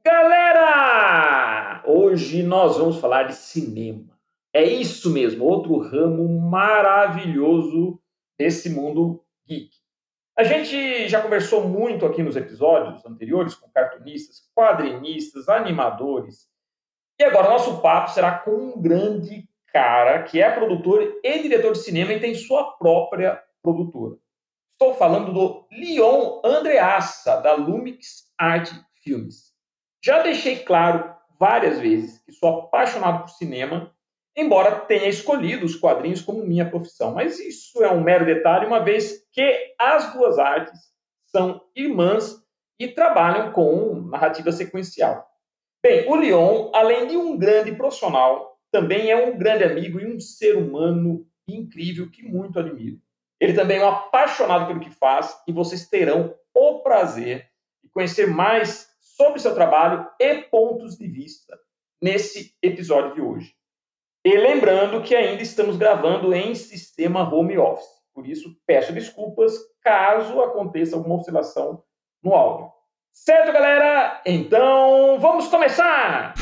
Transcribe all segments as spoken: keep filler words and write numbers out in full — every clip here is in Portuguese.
Galera! Hoje nós vamos falar de cinema. É isso mesmo, outro ramo maravilhoso desse mundo geek. A gente já conversou muito aqui nos episódios anteriores com cartunistas, quadrinistas, animadores. E agora nosso papo será com um grande cara que é produtor e diretor de cinema e tem sua própria produtora. Estou falando do Leon Andreassa, da Lumix Art Filmes. Já deixei claro várias vezes que sou apaixonado por cinema, embora tenha escolhido os quadrinhos como minha profissão. Mas isso é um mero detalhe, uma vez que as duas artes são irmãs e trabalham com narrativa sequencial. Bem, o Leon, além de um grande profissional, também é um grande amigo e um ser humano incrível que muito admiro. Ele também é um apaixonado pelo que faz e vocês terão o prazer de conhecer mais sobre seu trabalho e pontos de vista nesse episódio de hoje. E lembrando que ainda estamos gravando em sistema home office, por isso peço desculpas caso aconteça alguma oscilação no áudio. Certo, galera? Então vamos começar!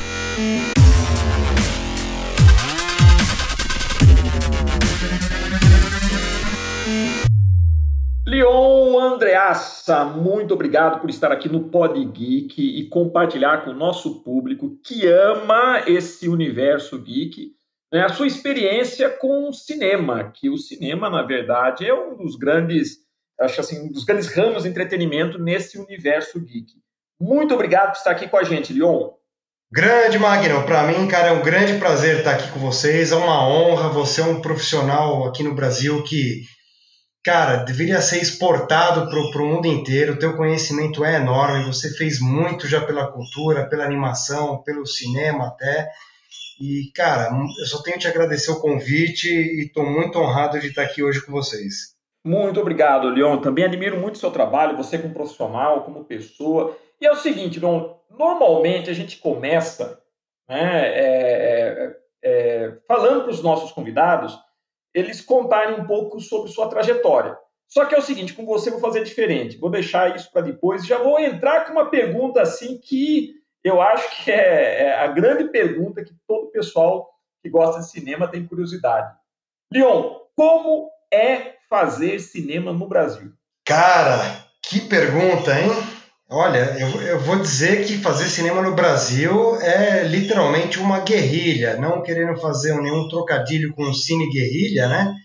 Leon Andreassa, muito obrigado por estar aqui no Pod Geek e compartilhar com o nosso público que ama esse universo geek, né, a sua experiência com o cinema, que o cinema, na verdade, é um dos grandes, acho assim, um dos grandes ramos de entretenimento nesse universo geek. Muito obrigado por estar aqui com a gente, Leon. Grande Magno, para mim, cara, é um grande prazer estar aqui com vocês, é uma honra, você é um profissional aqui no Brasil que, cara, deveria ser exportado para o mundo inteiro, o teu conhecimento é enorme, você fez muito já pela cultura, pela animação, pelo cinema até, e, cara, eu só tenho que te agradecer o convite e estou muito honrado de estar aqui hoje com vocês. Muito obrigado, Leon. Também admiro muito o seu trabalho, você como profissional, como pessoa. E é o seguinte, Leon, normalmente a gente começa, né, é, é, falando para os nossos convidados, eles contarem um pouco sobre sua trajetória. Só que é o seguinte, com você eu vou fazer diferente. Vou deixar isso para depois. Já vou entrar com uma pergunta assim que eu acho que é, é a grande pergunta que todo pessoal que gosta de cinema tem curiosidade. Leon, como é fazer cinema no Brasil? Cara, que pergunta, hein? Olha, eu, eu vou dizer que fazer cinema no Brasil é literalmente uma guerrilha, não querendo fazer nenhum trocadilho com cine guerrilha, né?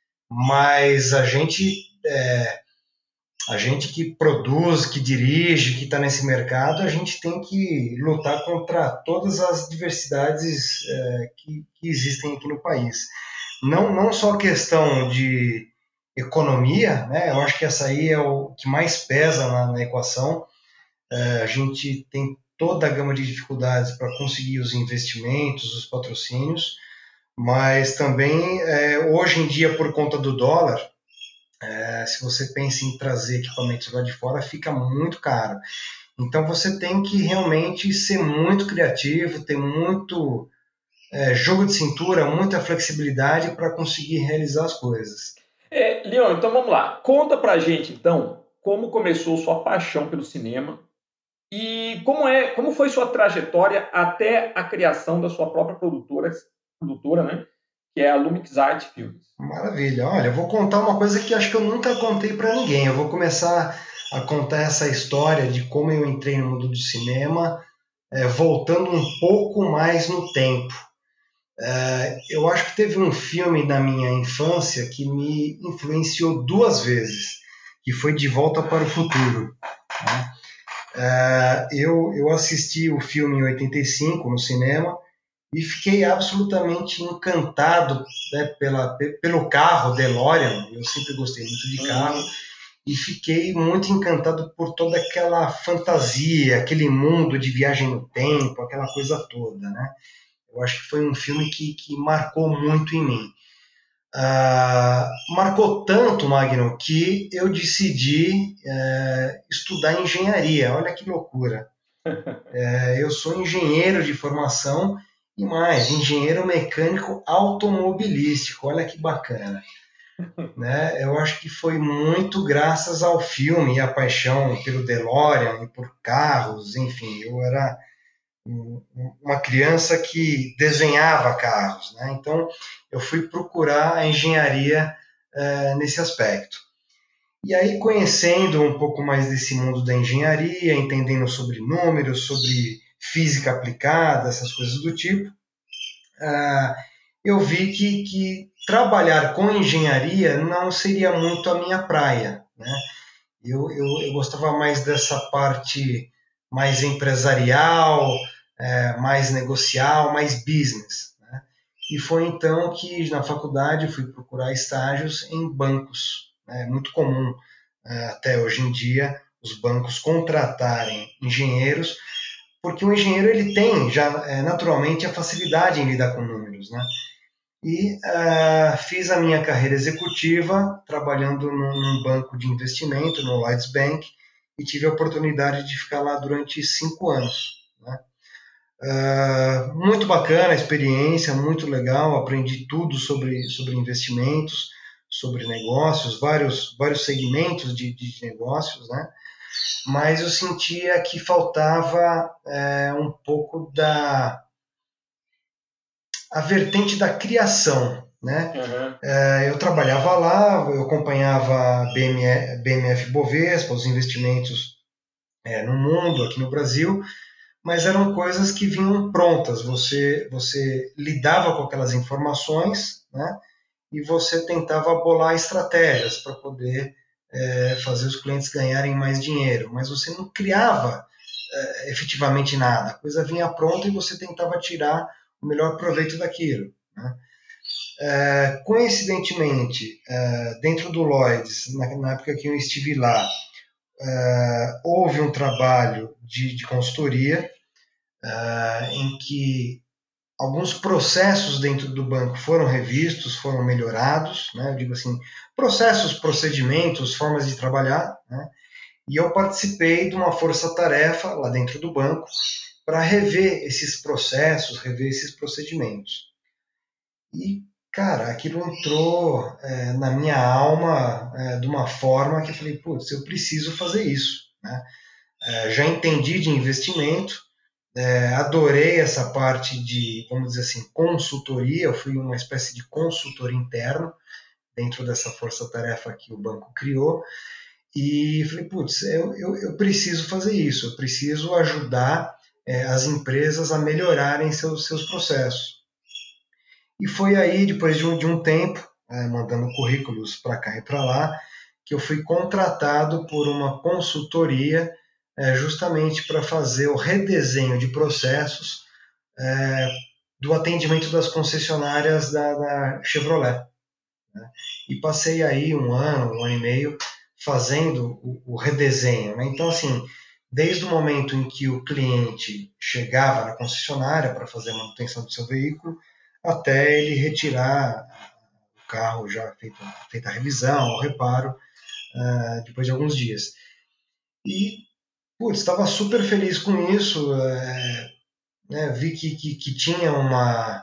Mas a gente, é, a gente que produz, que dirige, que está nesse mercado, a gente tem que lutar contra todas as diversidades é, que, que existem aqui no país. Não, não só questão de economia, né? Eu acho que essa aí é o que mais pesa na, na equação. É, a gente tem toda a gama de dificuldades para conseguir os investimentos, os patrocínios, mas também é, hoje em dia, por conta do dólar, é, se você pensa em trazer equipamentos lá de fora, fica muito caro. Então você tem que realmente ser muito criativo, ter muito é, jogo de cintura, muita flexibilidade para conseguir realizar as coisas. É, Leon, então vamos lá. Conta pra gente, então, como começou sua paixão pelo cinema e como, é, como foi sua trajetória até a criação da sua própria produtora, produtora, né? Que é a Lumix Art Filmes. Maravilha. Olha, eu vou contar uma coisa que acho que eu nunca contei para ninguém. Eu vou começar a contar essa história de como eu entrei no mundo do cinema, é, voltando um pouco mais no tempo. É, eu acho que teve um filme na minha infância que me influenciou duas vezes, que foi De Volta para o Futuro. Né? É, eu, eu assisti o filme em oitenta e cinco no cinema e fiquei absolutamente encantado, né, pela, pelo carro DeLorean. Eu sempre gostei muito de carro. Uhum. E fiquei muito encantado por toda aquela fantasia, aquele mundo de viagem no tempo, aquela coisa toda, né? Eu acho que foi um filme que, que marcou muito em mim. Uh, marcou tanto, Magno, que eu decidi uh, estudar engenharia. Olha que loucura. Uh, eu sou engenheiro de formação e mais, engenheiro mecânico automobilístico. Olha que bacana. Né? Eu acho que foi muito graças ao filme e a paixão pelo DeLorean e por carros, enfim, eu era uma criança que desenhava carros, né? Então eu fui procurar a engenharia uh, nesse aspecto. E aí, conhecendo um pouco mais desse mundo da engenharia, entendendo sobre números, sobre física aplicada, essas coisas do tipo, uh, eu vi que, que trabalhar com engenharia não seria muito a minha praia, né? Eu, eu, eu gostava mais dessa parte mais empresarial, é, mais negocial, mais business, né? E foi então que na faculdade eu fui procurar estágios em bancos. É né? Muito comum é, até hoje em dia os bancos contratarem engenheiros, porque o engenheiro ele tem já é, naturalmente a facilidade em lidar com números, né? E uh, fiz a minha carreira executiva trabalhando num banco de investimento, no Lloyds Bank, e tive a oportunidade de ficar lá durante cinco anos. Né? Uh, muito bacana a experiência, muito legal, aprendi tudo sobre, sobre investimentos, sobre negócios, vários, vários segmentos de, de negócios, né? Mas eu sentia que faltava é, um pouco da a vertente da criação, né? Uhum. Eu trabalhava lá, eu acompanhava B M F Bovespa, os investimentos é, no mundo, aqui no Brasil, mas eram coisas que vinham prontas. Você, você lidava com aquelas informações, né? E você tentava bolar estratégias para poder é, fazer os clientes ganharem mais dinheiro, mas você não criava é, efetivamente nada. A coisa vinha pronta e você tentava tirar o melhor proveito daquilo, né? É, coincidentemente, é, dentro do Lloyds, na, na, época que eu estive lá, é, houve um trabalho de, de consultoria é, em que alguns processos dentro do banco foram revistos, foram melhorados, né? Eu digo assim, processos, procedimentos, formas de trabalhar, né? E eu participei de uma força-tarefa lá dentro do banco para rever esses processos, rever esses procedimentos. E, cara, aquilo entrou é, na minha alma é, de uma forma que eu falei, putz, eu preciso fazer isso, né? É, já entendi de investimento, é, adorei essa parte de, vamos dizer assim, consultoria, eu fui uma espécie de consultor interno dentro dessa força-tarefa que o banco criou, e falei, putz, eu, eu, eu preciso fazer isso, eu preciso ajudar é, as empresas a melhorarem seus, seus processos. E foi aí, depois de um, de um tempo, é, mandando currículos para cá e para lá, que eu fui contratado por uma consultoria é, justamente para fazer o redesenho de processos é, do atendimento das concessionárias da, da Chevrolet. Né? E passei aí um ano, um ano e meio, fazendo o, o redesenho. Né? Então, assim, desde o momento em que o cliente chegava na concessionária para fazer a manutenção do seu veículo, até ele retirar o carro já feito, feita a revisão, o reparo, uh, depois de alguns dias. E, putz, estava super feliz com isso, é, né, vi que, que, que tinha uma,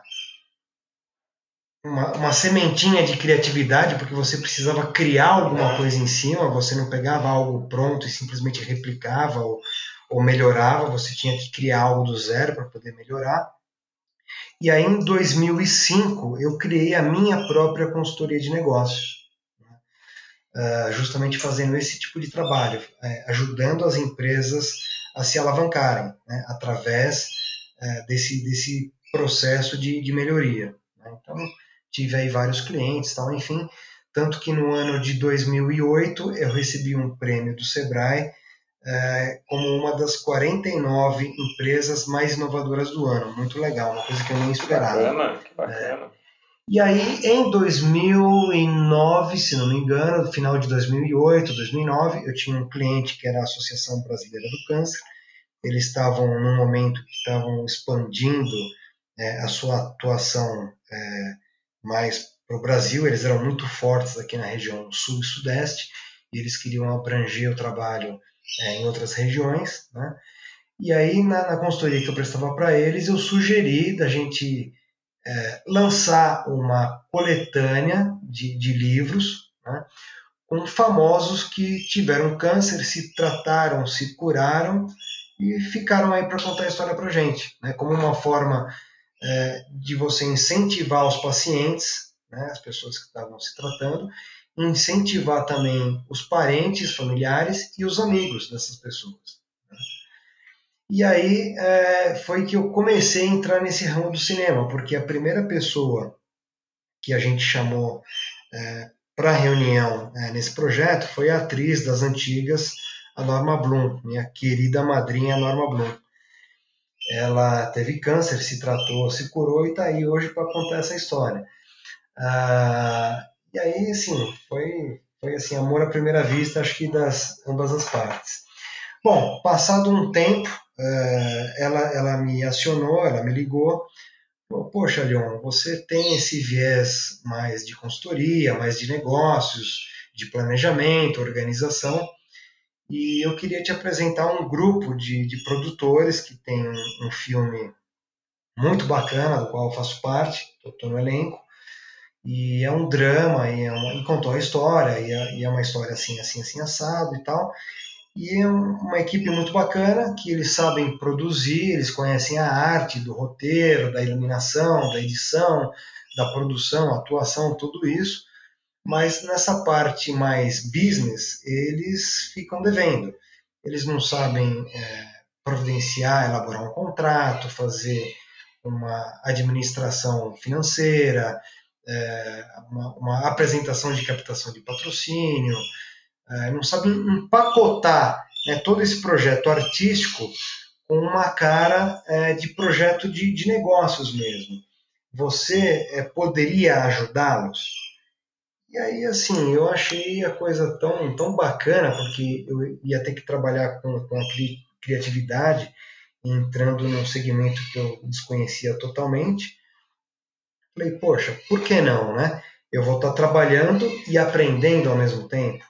uma, uma sementinha de criatividade, porque você precisava criar alguma coisa em cima, você não pegava algo pronto e simplesmente replicava ou, ou melhorava, você tinha que criar algo do zero para poder melhorar. E aí, em dois mil e cinco, eu criei a minha própria consultoria de negócios, né? uh, justamente fazendo esse tipo de trabalho, uh, ajudando as empresas a se alavancarem, né? Através uh, desse, desse processo de, de melhoria. Né? Então, tive aí vários clientes, tal, enfim, tanto que no ano de dois mil e oito eu recebi um prêmio do Sebrae é, como uma das quarenta e nove empresas mais inovadoras do ano. Muito legal, uma coisa que eu nem esperava. Que bacana, que bacana. É. E aí, em dois mil e nove, se não me engano, no final de dois mil e oito, dois mil e nove, eu tinha um cliente que era a Associação Brasileira do Câncer. Eles estavam num momento que estavam expandindo é, a sua atuação é, mais para o Brasil. Eles eram muito fortes aqui na região sul e sudeste, e eles queriam abranger o trabalho é, em outras regiões, né? E aí, na, na consultoria que eu prestava para eles, eu sugeri da gente é, lançar uma coletânea de, de livros, né, com famosos que tiveram câncer, se trataram, se curaram e ficaram aí para contar a história para a gente, né, como uma forma é, de você incentivar os pacientes, né, as pessoas que estavam se tratando, incentivar também os parentes, familiares e os amigos dessas pessoas. Né? E aí é, foi que eu comecei a entrar nesse ramo do cinema, porque a primeira pessoa que a gente chamou é, para a reunião é, nesse projeto foi a atriz das antigas, a Norma Bloom, minha querida madrinha Norma Bloom. Ela teve câncer, se tratou, se curou e está aí hoje para contar essa história. Ah, e aí, assim, foi, foi assim, amor à primeira vista, acho que das ambas as partes. Bom, passado um tempo, eh, ela, ela me acionou, ela me ligou. Poxa, Leon, você tem esse viés mais de consultoria, mais de negócios, de planejamento, organização, e eu queria te apresentar um grupo de, de produtores que tem um, um filme muito bacana, do qual eu faço parte, estou no elenco, e é um drama, e, é uma, e contou a história, e é, e é uma história assim, assim, assim, assado e tal. E é uma equipe muito bacana, que eles sabem produzir, eles conhecem a arte do roteiro, da iluminação, da edição, da produção, atuação, tudo isso. Mas nessa parte mais business, eles ficam devendo. Eles não sabem é, providenciar, elaborar um contrato, fazer uma administração financeira, é, uma, uma apresentação de captação de patrocínio, é, não sabem empacotar, né, todo esse projeto artístico com uma cara é, de projeto de, de negócios mesmo. Você é, poderia ajudá-los? E aí, assim, eu achei a coisa tão, tão bacana, porque eu ia ter que trabalhar com, com a cri, criatividade, entrando num segmento que eu desconhecia totalmente. Falei, poxa, por que não, né? Eu vou estar trabalhando e aprendendo ao mesmo tempo.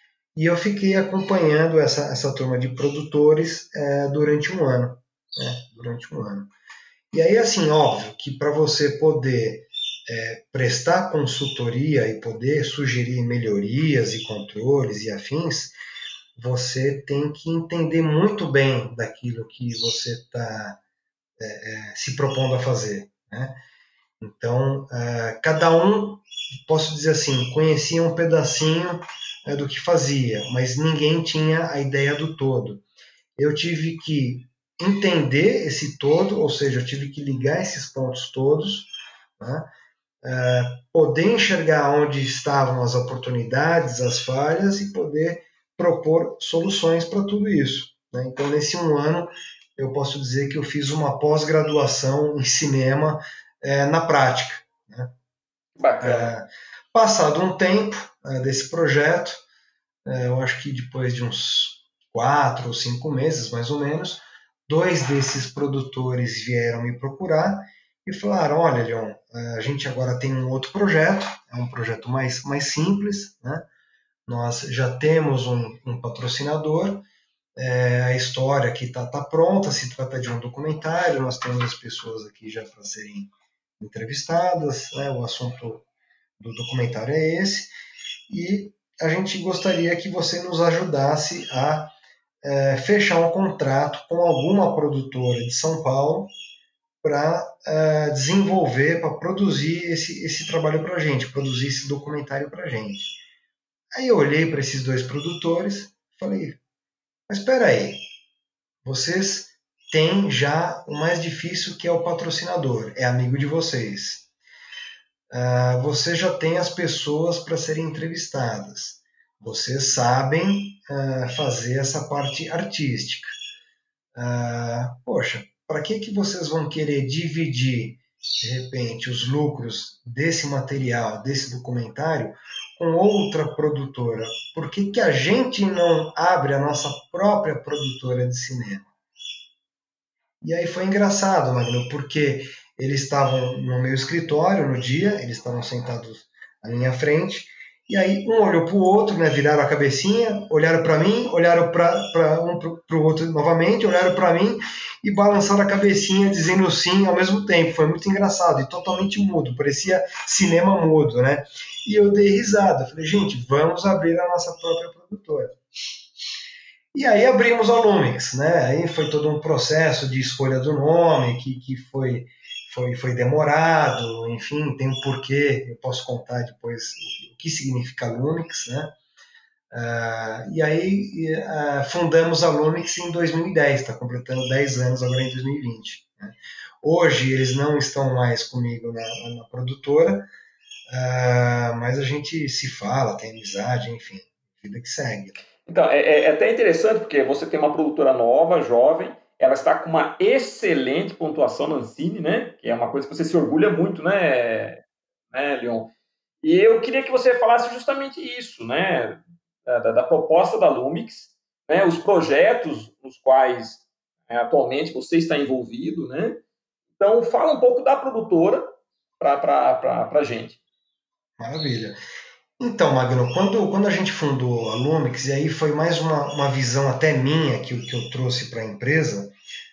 E eu fiquei acompanhando essa, essa turma de produtores é, durante um ano. Né? Durante um ano. E aí, assim, óbvio que para você poder é, prestar consultoria e poder sugerir melhorias e controles e afins, você tem que entender muito bem daquilo que você está é, se propondo a fazer. Né? Então, é, cada um, posso dizer assim, conhecia um pedacinho é, do que fazia, mas ninguém tinha a ideia do todo. Eu tive que entender esse todo, ou seja, eu tive que ligar esses pontos todos, né? é, poder enxergar onde estavam as oportunidades, as falhas e poder propor soluções para tudo isso. Né? Então, nesse um ano, eu posso dizer que eu fiz uma pós-graduação em cinema é, na prática. Né? Bacana. É, passado um tempo é, desse projeto, é, eu acho que depois de uns quatro ou cinco meses, mais ou menos, dois desses produtores vieram me procurar e falaram: olha, Leon, a gente agora tem um outro projeto, é um projeto mais, mais simples, né? Nós já temos um, um patrocinador, é, a história aqui está tá pronta, se trata de um documentário, nós temos as pessoas aqui já para serem entrevistadas, né? O assunto do documentário é esse, e a gente gostaria que você nos ajudasse a é, fechar um contrato com alguma produtora de São Paulo para é, desenvolver, para produzir esse, esse trabalho para a gente, produzir esse documentário para a gente. Aí eu olhei para esses dois produtores e falei, mas espera aí, vocês têm já o mais difícil que é o patrocinador, é amigo de vocês. Uh, você já tem as pessoas para serem entrevistadas. Vocês sabem uh, fazer essa parte artística. Uh, poxa, para que, que vocês vão querer dividir, de repente, os lucros desse material, desse documentário, com outra produtora? Por que, que a gente não abre a nossa própria produtora de cinema? E aí foi engraçado, Magno, porque eles estavam no meu escritório no dia, eles estavam sentados à minha frente, e aí um olhou para o outro, né, viraram a cabecinha, olharam para mim, olharam para um para o outro novamente, olharam para mim e balançaram a cabecinha dizendo sim ao mesmo tempo. Foi muito engraçado e totalmente mudo, parecia cinema mudo, né? E eu dei risada, falei, gente, vamos abrir a nossa própria produtora. E aí abrimos a Lumix, né? Aí foi todo um processo de escolha do nome que, que foi, foi, foi demorado, enfim, tem um porquê, eu posso contar depois o que significa Lumix, né? Uh, e aí uh, fundamos a Lumix em dois mil e dez, está completando dez anos agora em dois mil e vinte. Né? Hoje eles não estão mais comigo na, na produtora, uh, mas a gente se fala, tem amizade, enfim, vida que segue. Então, é, é até interessante porque você tem uma produtora nova, jovem, ela está com uma excelente pontuação na Ancine, né? Que é uma coisa que você se orgulha muito, né, né Leon? E eu queria que você falasse justamente isso, né? Da, da, da proposta da Lumix, né? Os projetos nos quais é, atualmente você está envolvido, né? Então, fala um pouco da produtora para a gente. Maravilha. Então, Magno, quando, quando a gente fundou a Lumix, e aí foi mais uma, uma visão até minha que, que eu trouxe para a empresa,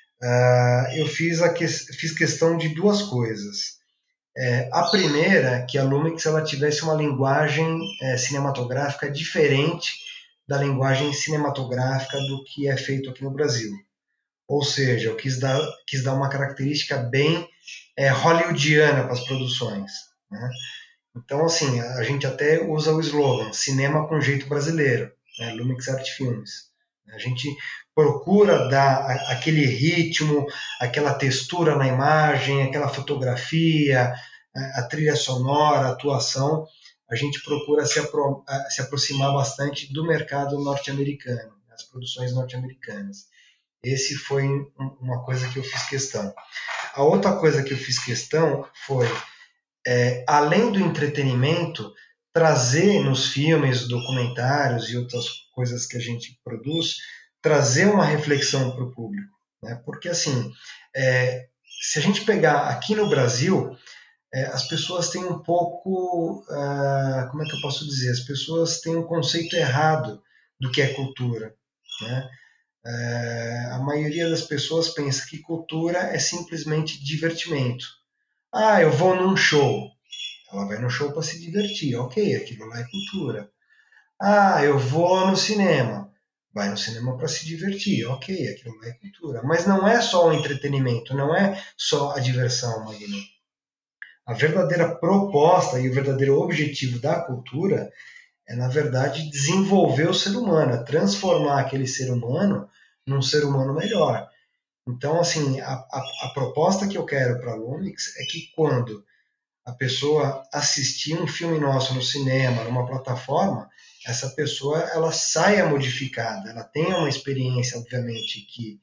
uh, eu fiz, a que, fiz questão de duas coisas. É, a primeira, que a Lumix ela tivesse uma linguagem é, cinematográfica diferente da linguagem cinematográfica do que é feito aqui no Brasil. Ou seja, eu quis dar, quis dar uma característica bem é, hollywoodiana para as produções. Né? Então, assim, a gente até usa o slogan cinema com jeito brasileiro, né? Lumix Art Filmes. A gente procura dar aquele ritmo, aquela textura na imagem, aquela fotografia, a trilha sonora, a atuação. A gente procura se, apro se aproximar bastante do mercado norte-americano, das produções norte-americanas. Esse foi uma coisa que eu fiz questão. A outra coisa que eu fiz questão foi É, além do entretenimento, trazer nos filmes, documentários e outras coisas que a gente produz, trazer uma reflexão para o público. Né? Porque, assim, é, se a gente pegar aqui no Brasil, é, as pessoas têm um pouco. Uh, como é que eu posso dizer? As pessoas têm um conceito errado do que é cultura. Né? É, a maioria das pessoas pensa que cultura é simplesmente divertimento. Ah, eu vou num show. Ela vai no show para se divertir, ok, aquilo lá é cultura. Ah, eu vou no cinema. Vai no cinema para se divertir, ok, aquilo lá é cultura. Mas não é só o entretenimento, não é só a diversão, Magno. A verdadeira proposta e o verdadeiro objetivo da cultura é, na verdade, desenvolver o ser humano, é transformar aquele ser humano num ser humano melhor. Então, assim, a, a, a proposta que eu quero para a Lumix é que quando a pessoa assistir um filme nosso no cinema, numa plataforma, essa pessoa ela saia modificada, ela tenha uma experiência, obviamente, que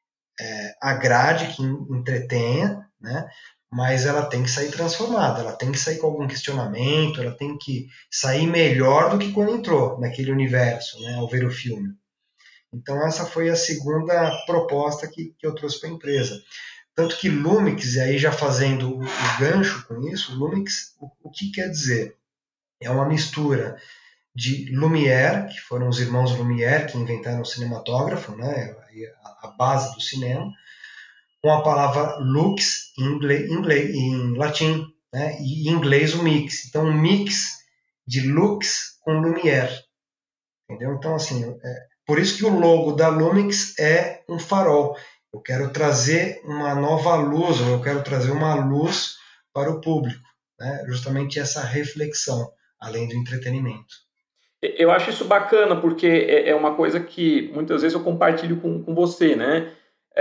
é, agrade, que entretenha, né? Mas ela tem que sair transformada, ela tem que sair com algum questionamento, ela tem que sair melhor do que quando entrou naquele universo, né, ao ver o filme. Então essa foi a segunda proposta que, que eu trouxe para a empresa. Tanto que Lumix, e aí já fazendo o, o gancho com isso, Lumix, o, o que quer dizer? É uma mistura de Lumière, que foram os irmãos Lumière que inventaram o cinematógrafo, né, a, a base do cinema, com a palavra lux em, inglês, inglês, em latim, né, e em inglês o mix. Então, um mix de lux com Lumière. Entendeu? Então, assim, é, por isso que o logo da Lumix é um farol. Eu quero trazer uma nova luz, ou eu quero trazer uma luz para o público, né? Justamente essa reflexão, além do entretenimento. Eu acho isso bacana, porque é uma coisa que muitas vezes eu compartilho com, com você, né?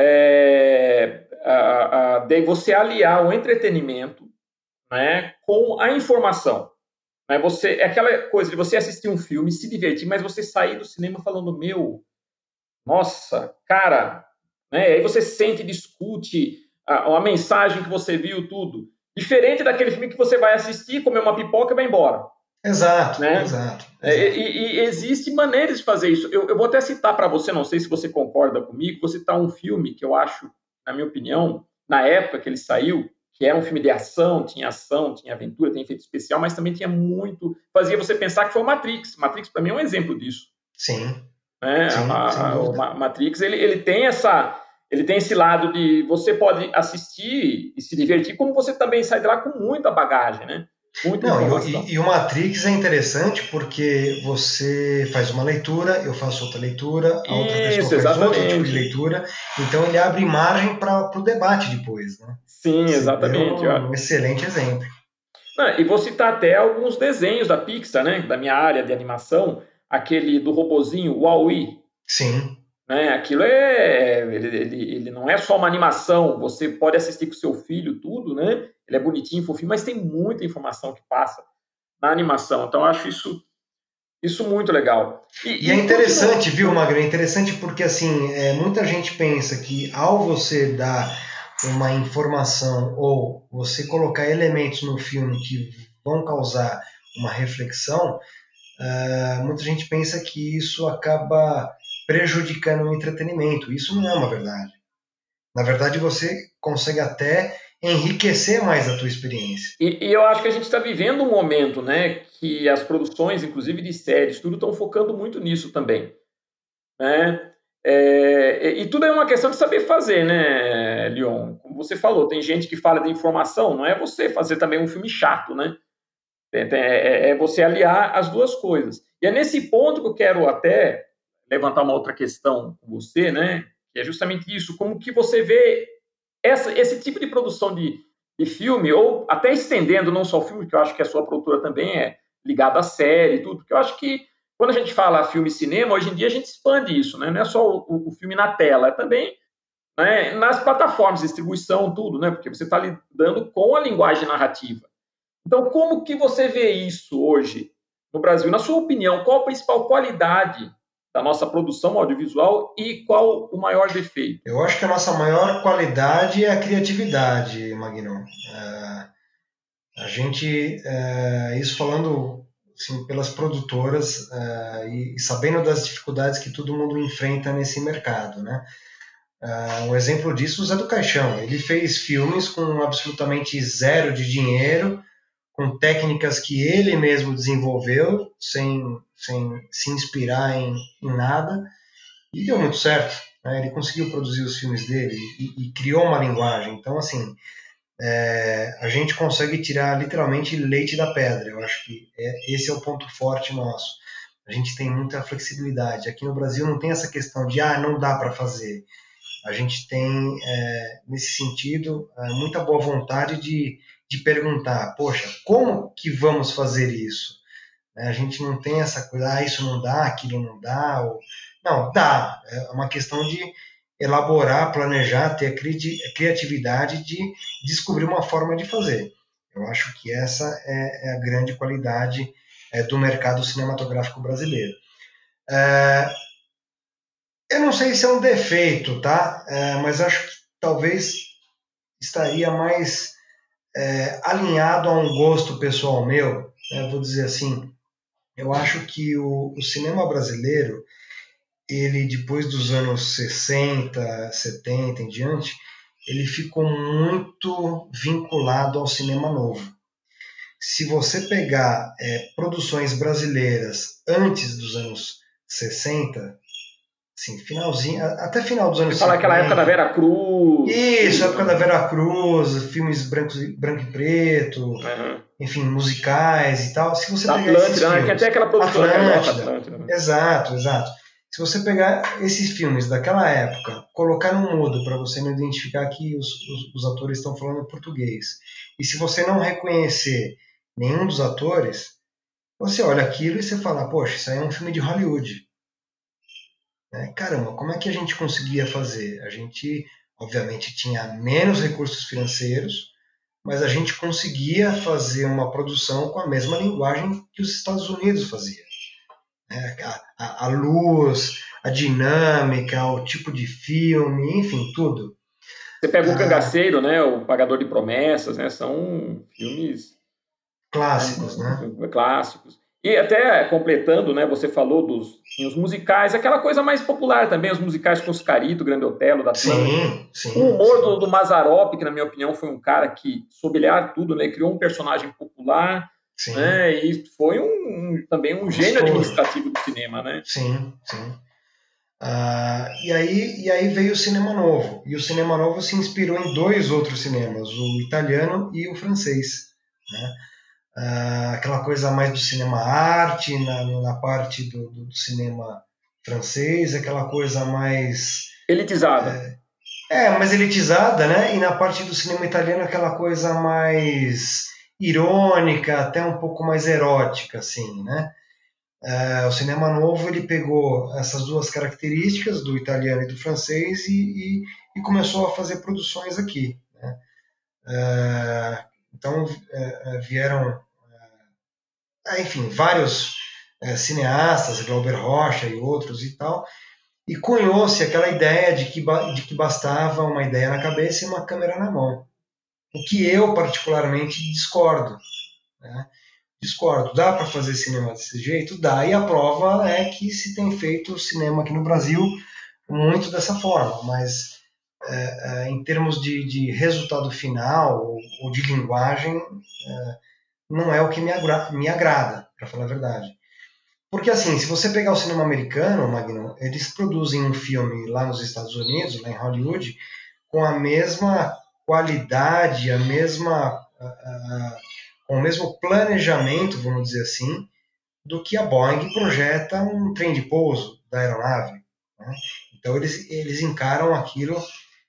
É, a, a, de você aliar o entretenimento, né, com a informação. Né? Você, é aquela coisa de você assistir um filme, se divertir, mas você sair do cinema falando, meu, nossa, cara, né? Aí você sente, discute a, a mensagem que você viu, tudo. Diferente daquele filme que você vai assistir, comer uma pipoca e vai embora. Exato, né? exato. exato. É, e, e existe maneiras de fazer isso. Eu, eu vou até citar para você, não sei se você concorda comigo, vou citar um filme que eu acho, na minha opinião, na época que ele saiu, que era um filme de ação, tinha ação, tinha aventura, tinha efeito especial, mas também tinha muito... Fazia você pensar que foi o Matrix. Matrix, para mim, é um exemplo disso. Sim. Né? Sim, a, sem a, dúvida. O Matrix, ele, ele tem essa... Ele tem esse lado de você pode assistir e se divertir, como você também sai de lá com muita bagagem, né? Muita Não, informação. e, e o Matrix é interessante porque você faz uma leitura, eu faço outra leitura, a outra pessoa Isso, faz outro tipo de exatamente. leitura, então ele abre margem para o debate depois, né? Sim, Você deu exatamente. um excelente exemplo. Não, e vou citar até alguns desenhos da Pixar, né, da minha área de animação, aquele do robozinho, o Wall-E, Sim. né, aquilo é, ele, ele, ele não é só uma animação, você pode assistir com seu filho, tudo, né, ele é bonitinho, fofinho, mas tem muita informação que passa na animação, então eu acho isso, isso muito legal. E é E, e interessante, continua. viu, Magro? É interessante porque assim, é, muita gente pensa que ao você dar uma informação ou você colocar elementos no filme que vão causar uma reflexão, uh, muita gente pensa que isso acaba prejudicando o entretenimento. Isso não é uma verdade. Na verdade, você consegue até enriquecer mais a tua experiência. E, e eu acho que a gente está vivendo um momento, né, que as produções, inclusive de séries, tudo estão focando muito nisso também, né? É, e tudo é uma questão de saber fazer, né, Leon? Como você falou, tem gente que fala de informação, não é você fazer também um filme chato, né? É, é, é você aliar as duas coisas. E é nesse ponto que eu quero até levantar uma outra questão com você, né? Que é justamente isso, como que você vê essa, esse tipo de produção de, de filme, ou até estendendo não só o filme, que eu acho que a sua produtora também é ligada à série e tudo, porque eu acho que quando a gente fala filme e cinema, hoje em dia a gente expande isso, né? Não é só o, o filme na tela, é também, né, nas plataformas, distribuição, tudo, né? Porque você está lidando com a linguagem narrativa. Então, como que você vê isso hoje no Brasil? Na sua opinião, qual a principal qualidade da nossa produção audiovisual e qual o maior defeito? Eu acho que a nossa maior qualidade é a criatividade, Magno. Uh, a gente, uh, isso falando assim, pelas produtoras uh, e, e sabendo das dificuldades que todo mundo enfrenta nesse mercado, né? Uh, um exemplo disso é o Zé do Caixão. Ele fez filmes com absolutamente zero de dinheiro, com técnicas que ele mesmo desenvolveu, sem, sem se inspirar em, em nada, e deu muito certo. Né? Ele conseguiu produzir os filmes dele e, e criou uma linguagem. Então, assim, é, a gente consegue tirar literalmente leite da pedra. Eu acho que é, esse é o ponto forte nosso. A gente tem muita flexibilidade. Aqui no Brasil não tem essa questão de, ah, não dá para fazer. A gente tem, é, nesse sentido, é, muita boa vontade de, de perguntar, poxa, como que vamos fazer isso? A gente não tem essa coisa, ah, isso não dá, aquilo não dá. Ou... Não, dá. É uma questão de elaborar, planejar, ter a criatividade de descobrir uma forma de fazer. Eu acho que essa é, é a grande qualidade é, do mercado cinematográfico brasileiro. É, eu não sei se é um defeito, tá? É, mas acho que talvez estaria mais é, alinhado a um gosto pessoal meu. Né? Vou dizer assim, eu acho que o, o cinema brasileiro, ele depois dos anos sessenta, setenta em diante, ele ficou muito vinculado ao cinema novo. Se você pegar é, produções brasileiras antes dos anos sessenta, assim, finalzinho, até final dos Você anos fala aquela época da cinquenta. Vera Cruz, Isso, tudo, época da né? Vera Cruz, filmes brancos, branco e preto, Uhum. enfim, musicais e tal. Se você Da pegar esses Atlântida, né? Tinha até filmes, aquela produtora carioca Atlântida, Atlântida, né? exato, exato. Se você pegar esses filmes daquela época, colocar no mudo para você não identificar que os, os, os atores estão falando português, e se você não reconhecer nenhum dos atores, você olha aquilo e você fala, poxa, isso aí é um filme de Hollywood. Né? Caramba, como é que a gente conseguia fazer? A gente, obviamente, tinha menos recursos financeiros, mas a gente conseguia fazer uma produção com a mesma linguagem que os Estados Unidos faziam. Né? A, a, a luz, a dinâmica, o tipo de filme, enfim, tudo. Você pega o Ah, Cangaceiro, né? O Pagador de Promessas, né? São filmes, clássicos, né? né, clássicos. E até completando, né? Você falou dos os musicais, aquela coisa mais popular também, os musicais com Oscarito, Grande Otelo, da Atlântida. Sim, O sim, humor do, sim. do Mazzaropi, que na minha opinião foi um cara que soube olhar tudo, né? Criou um personagem popular, Sim, né? E foi um, um, também um gênio custoso. administrativo do cinema, né? Sim, sim. Ah, e, aí, e aí veio o cinema novo. E o cinema novo se inspirou em dois outros cinemas, o italiano e o francês. Né? uh, aquela coisa mais do cinema arte, na, na parte do, do, do cinema francês, aquela coisa mais... Elitizada. É, é, mais elitizada, né? E na parte do cinema italiano, aquela coisa mais irônica, até um pouco mais erótica, assim, né? Uh, o cinema novo ele pegou essas duas características do italiano e do francês e, e, e começou a fazer produções aqui, né? Uh, então uh, vieram, uh, enfim, vários uh, cineastas, Glauber Rocha e outros e tal, e cunhou-se aquela ideia de que, de que bastava uma ideia na cabeça e uma câmera na mão, o que eu particularmente discordo, né? Discordo. Dá para fazer cinema desse jeito? Dá. E a prova é que se tem feito cinema aqui no Brasil muito dessa forma. Mas é, é, em termos de, de resultado final ou, ou de linguagem, é, não é o que me, agra me agrada, para falar a verdade. Porque assim, se você pegar o cinema americano, Magno, eles produzem um filme lá nos Estados Unidos, lá em Hollywood, com a mesma qualidade, a mesma... A, a, com o mesmo planejamento, vamos dizer assim, do que a Boeing projeta um trem de pouso da aeronave, né? Então eles, eles encaram aquilo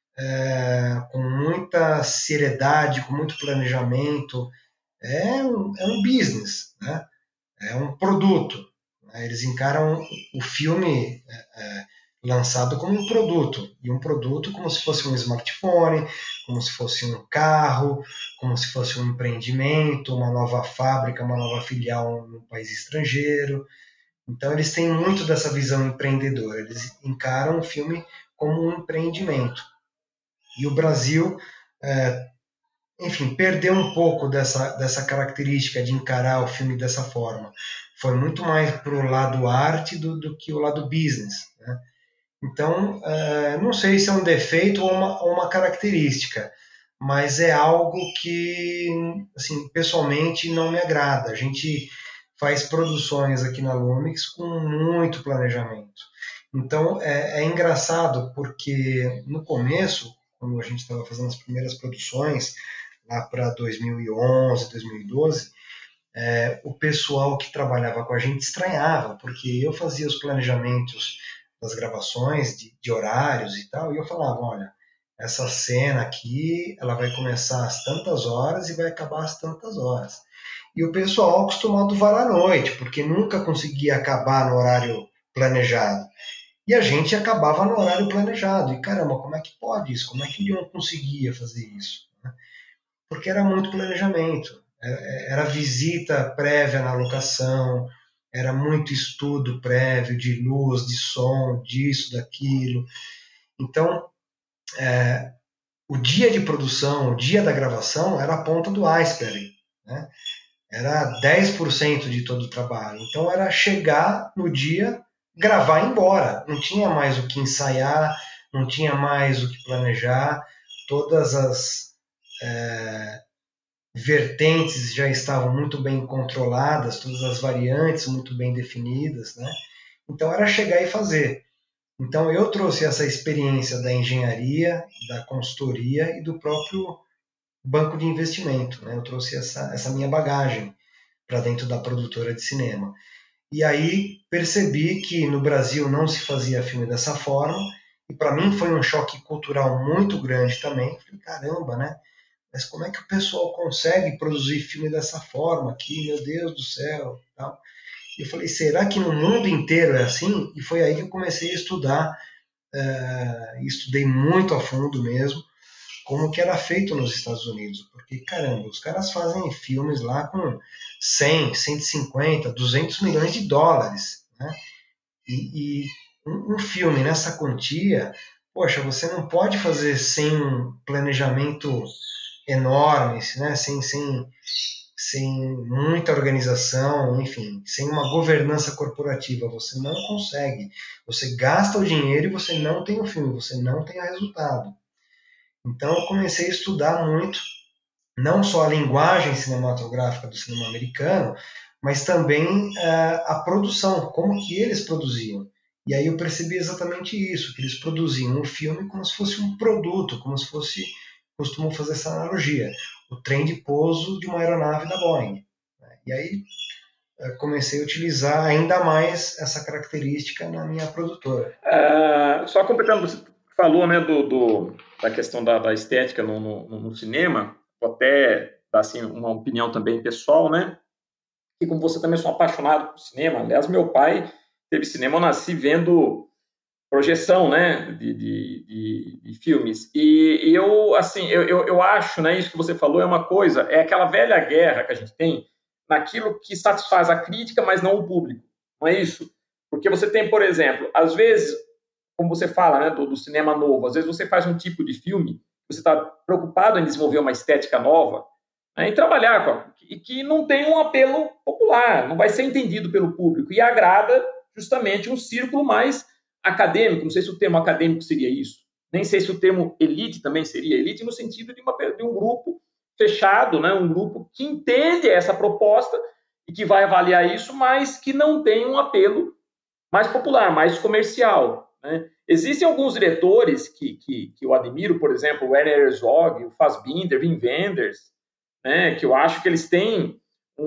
é, com muita seriedade, com muito planejamento. É um, é um business, né? É um produto, né? Eles encaram o filme é, é, lançado como um produto, e um produto como se fosse um smartphone, como se fosse um carro, como se fosse um empreendimento, uma nova fábrica, uma nova filial no país estrangeiro. Então eles têm muito dessa visão empreendedora, eles encaram o filme como um empreendimento. E o Brasil, é, enfim, perdeu um pouco dessa, dessa característica de encarar o filme dessa forma. Foi muito mais para o lado arte do, do que o lado business, né? Então, é, não sei se é um defeito ou uma, ou uma característica, mas é algo que, assim, pessoalmente não me agrada. A gente faz produções aqui na Lumix com muito planejamento. Então, é, é engraçado porque no começo, quando a gente estava fazendo as primeiras produções, lá para dois mil e onze, dois mil e doze, é, o pessoal que trabalhava com a gente estranhava, porque eu fazia os planejamentos das gravações, de, de horários e tal, e eu falava, olha, essa cena aqui, ela vai começar às tantas horas e vai acabar às tantas horas. E o pessoal acostumado varar a noite, porque nunca conseguia acabar no horário planejado. E a gente acabava no horário planejado. E caramba, como é que pode isso? Como é que eu conseguia fazer isso? Porque era muito planejamento. Era visita prévia na locação, era muito estudo prévio de luz, de som, disso, daquilo. Então, é, o dia de produção, o dia da gravação, era a ponta do iceberg, né? Era dez por cento de todo o trabalho. Então, era chegar no dia, gravar e ir embora. Não tinha mais o que ensaiar, não tinha mais o que planejar. Todas as... É, vertentes já estavam muito bem controladas, todas as variantes muito bem definidas, né? Então era chegar e fazer. Então eu trouxe essa experiência da engenharia, da consultoria e do próprio banco de investimento, né? Eu trouxe essa, essa minha bagagem para dentro da produtora de cinema. E aí percebi que no Brasil não se fazia filme dessa forma, e para mim foi um choque cultural muito grande também. Falei, caramba, né? Mas como é que o pessoal consegue produzir filme dessa forma aqui, meu Deus do céu, tal. E eu falei, será que no mundo inteiro é assim? E foi aí que eu comecei a estudar, uh, e estudei muito a fundo mesmo, como que era feito nos Estados Unidos. Porque, caramba, os caras fazem filmes lá com cem, cento e cinquenta, duzentos milhões de dólares, né? E, e um, um filme nessa quantia, poxa, você não pode fazer sem um planejamento enorme, né? sem, sem, sem muita organização, enfim, sem uma governança corporativa. Você não consegue. Você gasta o dinheiro e você não tem o filme, você não tem o resultado. Então eu comecei a estudar muito, não só a linguagem cinematográfica do cinema americano, mas também uh, a produção, como que eles produziam. E aí eu percebi exatamente isso, que eles produziam o filme como se fosse um produto, como se fosse, costumam fazer essa analogia, o trem de pouso de uma aeronave da Boeing. E aí comecei a utilizar ainda mais essa característica na minha produtora. É, só completando, você falou, né, do, do da questão da, da estética no, no, no cinema, vou até dar assim, uma opinião também pessoal, né? E como você também sou apaixonado por cinema, aliás, meu pai teve cinema, eu nasci vendo projeção, né, de, de, de, de filmes. E, e eu, assim, eu, eu, eu acho, né, isso que você falou é uma coisa, é aquela velha guerra que a gente tem naquilo que satisfaz a crítica, mas não o público. Não é isso? Porque você tem, por exemplo, às vezes, como você fala, né, do, do cinema novo, às vezes você faz um tipo de filme, você está preocupado em desenvolver uma estética nova, né, em trabalhar com a, e que não tem um apelo popular, não vai ser entendido pelo público e agrada justamente um círculo mais acadêmico. Não sei se o termo acadêmico seria isso, nem sei se o termo elite também seria elite no sentido de, uma, de um grupo fechado, né, um grupo que entende essa proposta e que vai avaliar isso, mas que não tem um apelo mais popular, mais comercial, né? Existem alguns diretores que, que, que eu admiro, por exemplo, o Werner Herzog, o Fassbinder, Wim Wenders, né, que eu acho que eles têm um,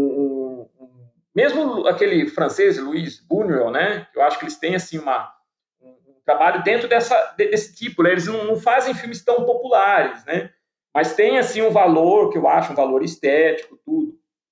um, um, mesmo aquele francês, Louis Buñuel, né, que eu acho que eles têm assim, uma, um trabalho dentro dessa, desse tipo, né, eles não, não fazem filmes tão populares, né, mas tem assim, um valor, que eu acho um valor estético, tudo.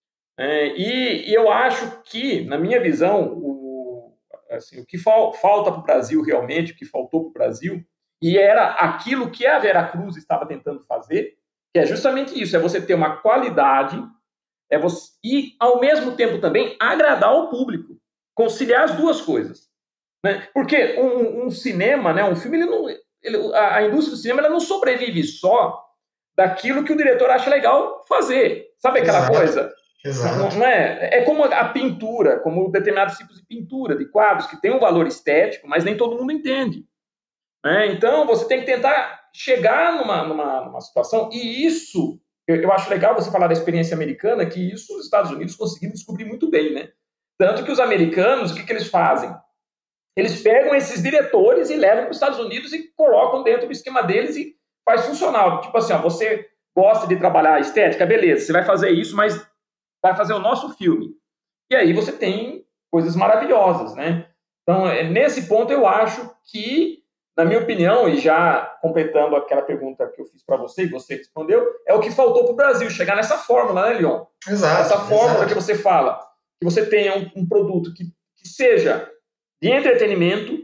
É, e, e eu acho que, na minha visão, o, assim, o que fal, falta para o Brasil realmente, o que faltou para o Brasil, e era aquilo que a Vera Cruz estava tentando fazer, que é justamente isso, é você ter uma qualidade, é você, e, ao mesmo tempo, também agradar o público, conciliar as duas coisas. Né? Porque um, um cinema, né, um filme, ele não, ele, a, a indústria do cinema ela não sobrevive só daquilo que o diretor acha legal fazer. Sabe aquela Exato, coisa? exato. Não, não é? É como a pintura, como determinados tipos de pintura, de quadros, que tem um valor estético, mas nem todo mundo entende. Né? Então, você tem que tentar chegar numa, numa, numa situação, e isso, eu, eu acho legal você falar da experiência americana, que isso os Estados Unidos conseguiram descobrir muito bem, né? Tanto que os americanos, o que, que eles fazem? Eles pegam esses diretores e levam para os Estados Unidos e colocam dentro do esquema deles e faz funcional. Tipo assim, ó, você gosta de trabalhar a estética? Beleza, você vai fazer isso, mas vai fazer o nosso filme. E aí você tem coisas maravilhosas, né? Então, nesse ponto, eu acho que, na minha opinião, e já completando aquela pergunta que eu fiz para você e você respondeu, é o que faltou para o Brasil, chegar nessa fórmula, né, Leon? Exato, Essa fórmula exato. que você fala, que você tenha um, um produto que, que seja de entretenimento,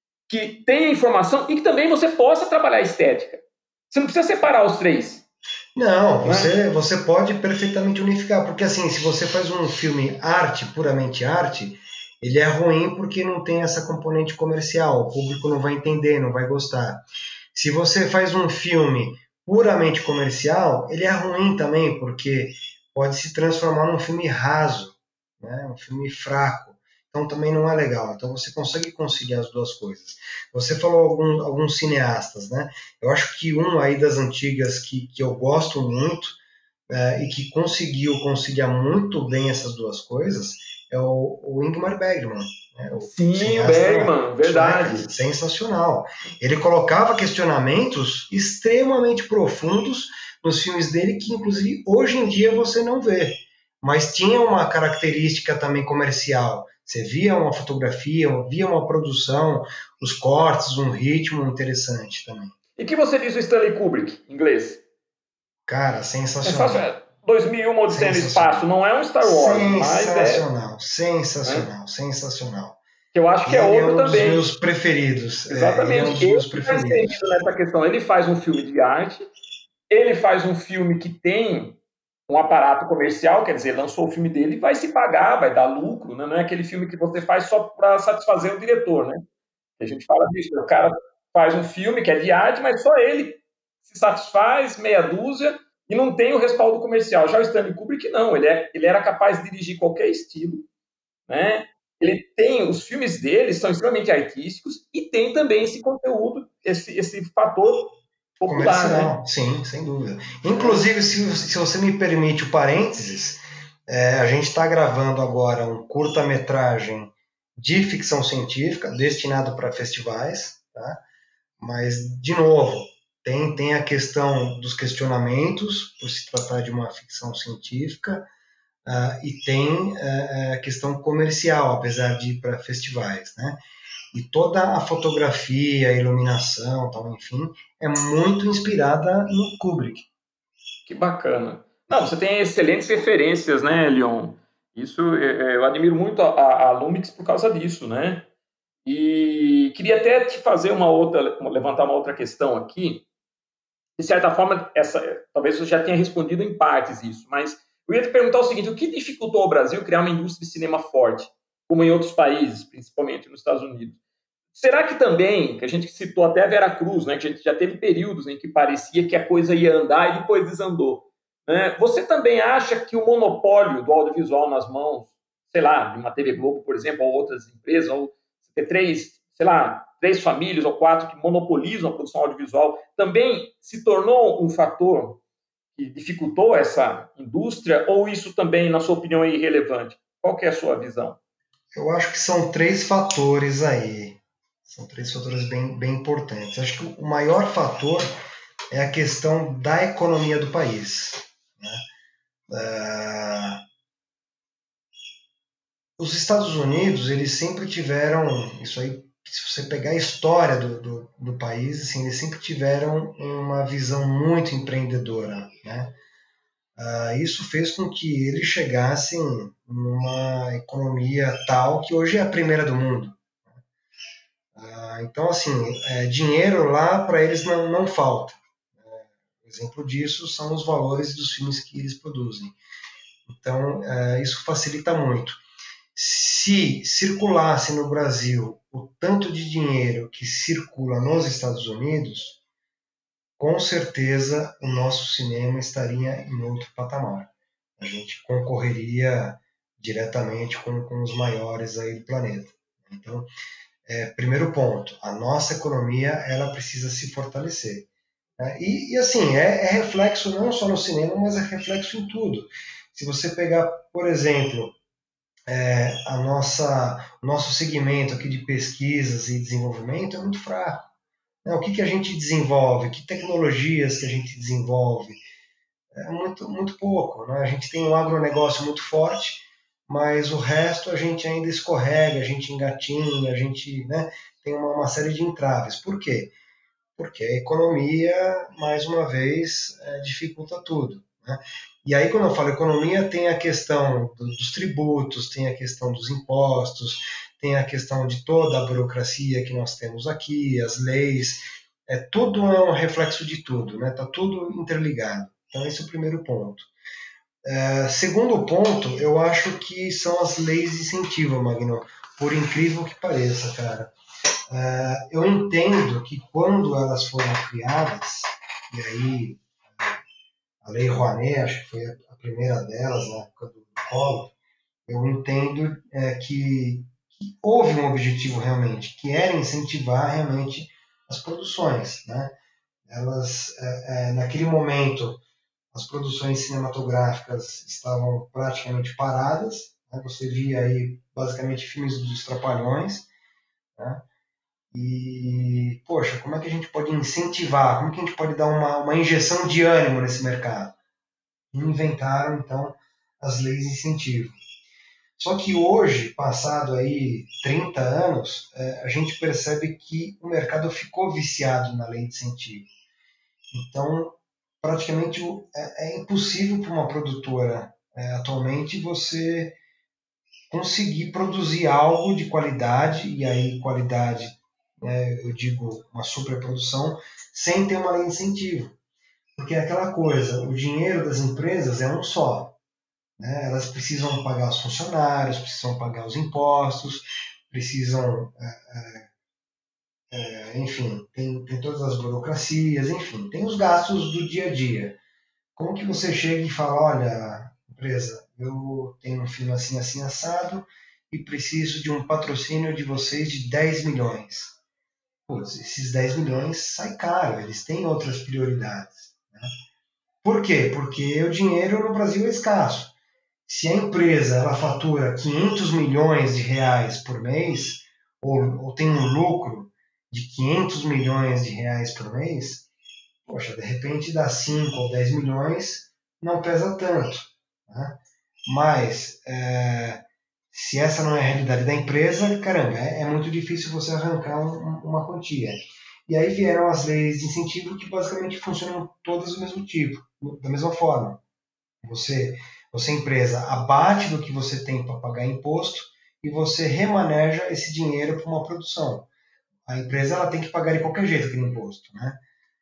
que tenha informação e que também você possa trabalhar a estética. Você não precisa separar os três. Não, você, Né? você pode perfeitamente unificar, porque assim, se você faz um filme arte, puramente arte, ele é ruim porque não tem essa componente comercial, o público não vai entender, não vai gostar. Se você faz um filme puramente comercial, ele é ruim também, porque pode se transformar num filme raso, né? Um filme fraco. Então também não é legal. Então você consegue conciliar as duas coisas. Você falou algum, alguns cineastas, né? Eu acho que um aí das antigas que, que eu gosto muito é, e que conseguiu conciliar muito bem essas duas coisas é o, o Ingmar Bergman, né? O Sim, o cineasta Bergman, sueca, verdade. sensacional. Ele colocava questionamentos extremamente profundos nos filmes dele que, inclusive, hoje em dia você não vê. Mas tinha uma característica também comercial. Você via uma fotografia, via uma produção, os cortes, um ritmo interessante também. E o que você diz do Stanley Kubrick, em inglês? Cara, sensacional. Sensacional. dois mil e um, Odisseia no Espaço, Sensacional. não é um Star Wars, mas é... Sensacional, Né? sensacional, sensacional. Que eu acho que é Ele é outro um dos também. meus preferidos. É, ele é um Exatamente. dos Ele meus está preferidos. inserido nessa questão. Ele faz um filme de arte, ele faz um filme que tem um aparato comercial, quer dizer, lançou o filme dele e vai se pagar, vai dar lucro, né? Não é aquele filme que você faz só para satisfazer o diretor, né? A gente fala disso, o cara faz um filme que é de arte, mas só ele se satisfaz, meia dúzia, e não tem o respaldo comercial. Já o Stanley Kubrick, não, ele, é, ele era capaz de dirigir qualquer estilo, né? Ele tem, os filmes dele são extremamente artísticos e tem também esse conteúdo, esse, esse fator popular, né? Comercial, sim, sem dúvida. É. Inclusive, se, se você me permite o parênteses, é, a gente está gravando agora um curta-metragem de ficção científica destinado para festivais, tá? Mas, de novo, tem, tem a questão dos questionamentos, por se tratar de uma ficção científica, uh, e tem uh, a questão comercial, apesar de ir para festivais, né? E toda a fotografia, a iluminação, tal, enfim, é muito inspirada no Kubrick. Que bacana. Não, você tem excelentes referências, né, Leon? Isso, é, é, eu admiro muito a, a Lumix por causa disso, né? E queria até te fazer uma outra, levantar uma outra questão aqui. De certa forma, essa, talvez você já tenha respondido em partes isso, mas eu ia te perguntar o seguinte: o que dificultou ao Brasil criar uma indústria de cinema forte, como em outros países, principalmente nos Estados Unidos? Será que também, que a gente citou até a Vera Cruz, né, que a gente já teve períodos em que parecia que a coisa ia andar e depois desandou, né? Você também acha que o monopólio do audiovisual nas mãos, sei lá, de uma T V Globo, por exemplo, ou outras empresas, ou ter três, sei lá, três famílias ou quatro que monopolizam a produção audiovisual, também se tornou um fator que dificultou essa indústria, ou isso também, na sua opinião, é irrelevante? Qual que é a sua visão? Eu acho que são três fatores aí. São três fatores bem, bem importantes. Acho que o maior fator é a questão da economia do país, né? Uh, os Estados Unidos, eles sempre tiveram, isso aí, se você pegar a história do, do, do país, assim, eles sempre tiveram uma visão muito empreendedora, né? Uh, isso fez com que eles chegassem numa economia tal que hoje é a primeira do mundo. Uh, então, assim, é, dinheiro lá para eles não, não falta. Exemplo disso são os valores dos filmes que eles produzem. Então, uh, isso facilita muito. Se circulasse no Brasil o tanto de dinheiro que circula nos Estados Unidos, com certeza o nosso cinema estaria em outro patamar. A gente concorreria diretamente com, com os maiores aí do planeta. Então, é, primeiro ponto, a nossa economia ela precisa se fortalecer. Né? E, e assim, é, é reflexo não só no cinema, mas é reflexo em tudo. Se você pegar, por exemplo, é, a nossa, o nosso segmento aqui de pesquisas e desenvolvimento é muito fraco. Né? O que, que a gente desenvolve? Que tecnologias que a gente desenvolve? É muito, muito pouco. Né? A gente tem um agronegócio muito forte, mas o resto a gente ainda escorrega, a gente engatinha, a gente, né, tem uma, uma série de entraves. Por quê? Porque a economia, mais uma vez, é, dificulta tudo. Né? E aí, quando eu falo economia, tem a questão do, dos tributos, tem a questão dos impostos, tem a questão de toda a burocracia que nós temos aqui, as leis, é, tudo é um reflexo de tudo, né? Tá tudo interligado. Então, esse é o primeiro ponto. É, segundo ponto, eu acho que são as leis de incentivo, Magno, por incrível que pareça, cara. Uh, eu entendo que quando elas foram criadas, e aí a Lei Rouanet, acho que foi a primeira delas na época do Collor, eu entendo é, que, que houve um objetivo realmente, que era incentivar realmente as produções. Né? Elas, é, é, naquele momento, as produções cinematográficas estavam praticamente paradas, né? Você via aí basicamente filmes dos Trapalhões, né? E, poxa, como é que a gente pode incentivar? Como é que a gente pode dar uma, uma injeção de ânimo nesse mercado? E inventaram, então, as leis de incentivo. Só que hoje, passado aí trinta anos, a gente percebe que o mercado ficou viciado na lei de incentivo. Então, praticamente é, impossível para uma produtora atualmente você conseguir produzir algo de qualidade, e aí qualidade, né, eu digo uma superprodução, sem ter uma lei de incentivo. Porque é aquela coisa, o dinheiro das empresas é um só. Né? Elas precisam pagar os funcionários, precisam pagar os impostos, precisam, é, é, enfim, tem, tem todas as burocracias, enfim, tem os gastos do dia a dia. Como que você chega e fala, olha, empresa, eu tenho um filme assim, assim, assado, e preciso de um patrocínio de vocês de dez milhões. Putz, esses dez milhões sai caro, eles têm outras prioridades. Né? Por quê? Porque o dinheiro no Brasil é escasso. Se a empresa ela fatura quinhentos milhões de reais por mês, ou, ou tem um lucro de quinhentos milhões de reais por mês, poxa, de repente dá cinco ou dez milhões, não pesa tanto. Né? mas é, se essa não é a realidade da empresa, caramba, é, é muito difícil você arrancar um, uma quantia. E aí vieram as leis de incentivo que basicamente funcionam todas do mesmo tipo, da mesma forma. Você, você empresa, abate do que você tem para pagar imposto e você remaneja esse dinheiro para uma produção. A empresa ela tem que pagar de qualquer jeito aquele imposto, né?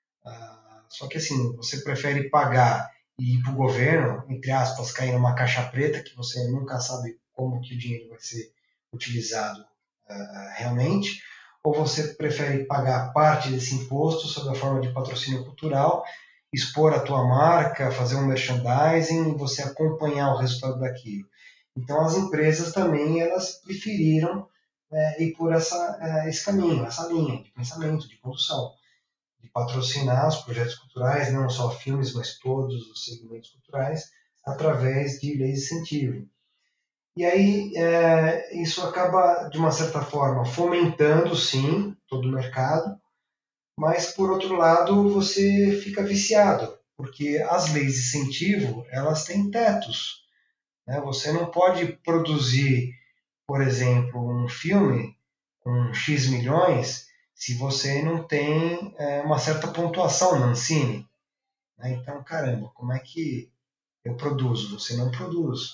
Ah, só que assim, você prefere pagar e ir para o governo, entre aspas, cair numa caixa preta, que você nunca sabe como que o dinheiro vai ser utilizado uh, realmente, ou você prefere pagar parte desse imposto sob a forma de patrocínio cultural, expor a tua marca, fazer um merchandising e você acompanhar o resultado daquilo. Então as empresas também elas preferiram é, ir por essa, é, esse caminho, essa linha de pensamento, de condução de patrocinar os projetos culturais, não só filmes, mas todos os segmentos culturais, através de leis de incentivo. E aí é, isso acaba, de uma certa forma, fomentando, sim, todo o mercado, mas, por outro lado, você fica viciado, porque as leis de incentivo, elas têm tetos. Né? Você não pode produzir, por exemplo, um filme com X milhões se você não tem é, uma certa pontuação na Ancine. Né? Então, caramba, como é que eu produzo? Você não produz.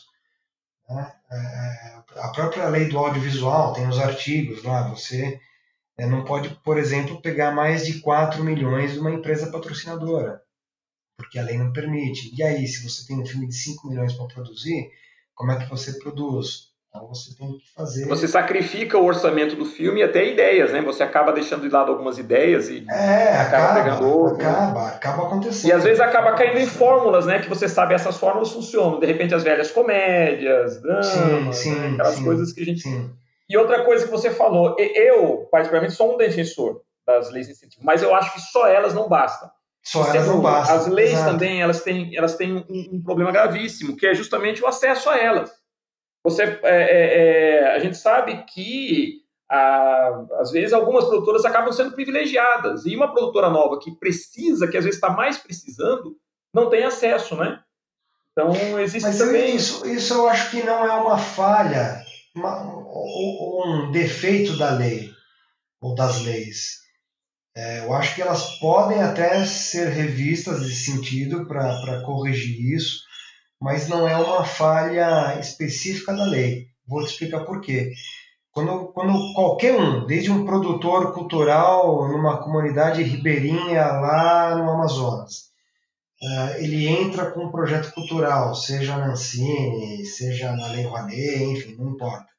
Né? É, a própria lei do audiovisual tem os artigos lá, você é, não pode, por exemplo, pegar mais de quatro milhões de uma empresa patrocinadora, porque a lei não permite. E aí, se você tem um filme de cinco milhões para produzir, como é que você produz? Então você tem que Você fazer. sacrifica o orçamento do filme e até ideias, né? Você acaba deixando de lado algumas ideias e É, acaba pegando acaba, outro, né? acaba, acaba E às acontecendo. vezes acaba Acaba caindo em acontecendo. fórmulas, né? Que você sabe essas fórmulas funcionam. De repente as velhas comédias, Sim, dramas, né? sim, Aquelas coisas sim, que a gente. sim. E outra coisa que você falou, eu, particularmente, sou um defensor das leis de incentivo, mas eu acho que só elas não bastam. E Só elas não segundo, as bastam, leis exato. também elas têm, elas têm um, um problema gravíssimo, que é justamente o acesso a elas. Você, é, é, é, a gente sabe que a, às vezes algumas produtoras acabam sendo privilegiadas e uma produtora nova que precisa, que às vezes está mais precisando, não tem acesso, né? Então existe Mas eu, também. isso, isso eu acho que não é uma falha uma, ou, ou um defeito da lei ou das leis. É, eu acho que elas podem até ser revistas nesse sentido para corrigir isso, mas não é uma falha específica da lei. Vou te explicar por quê. Quando, quando qualquer um, desde um produtor cultural numa comunidade ribeirinha lá no Amazonas, uh, ele entra com um projeto cultural, seja na Ancine, seja na Lei Rouanet, enfim, não importa.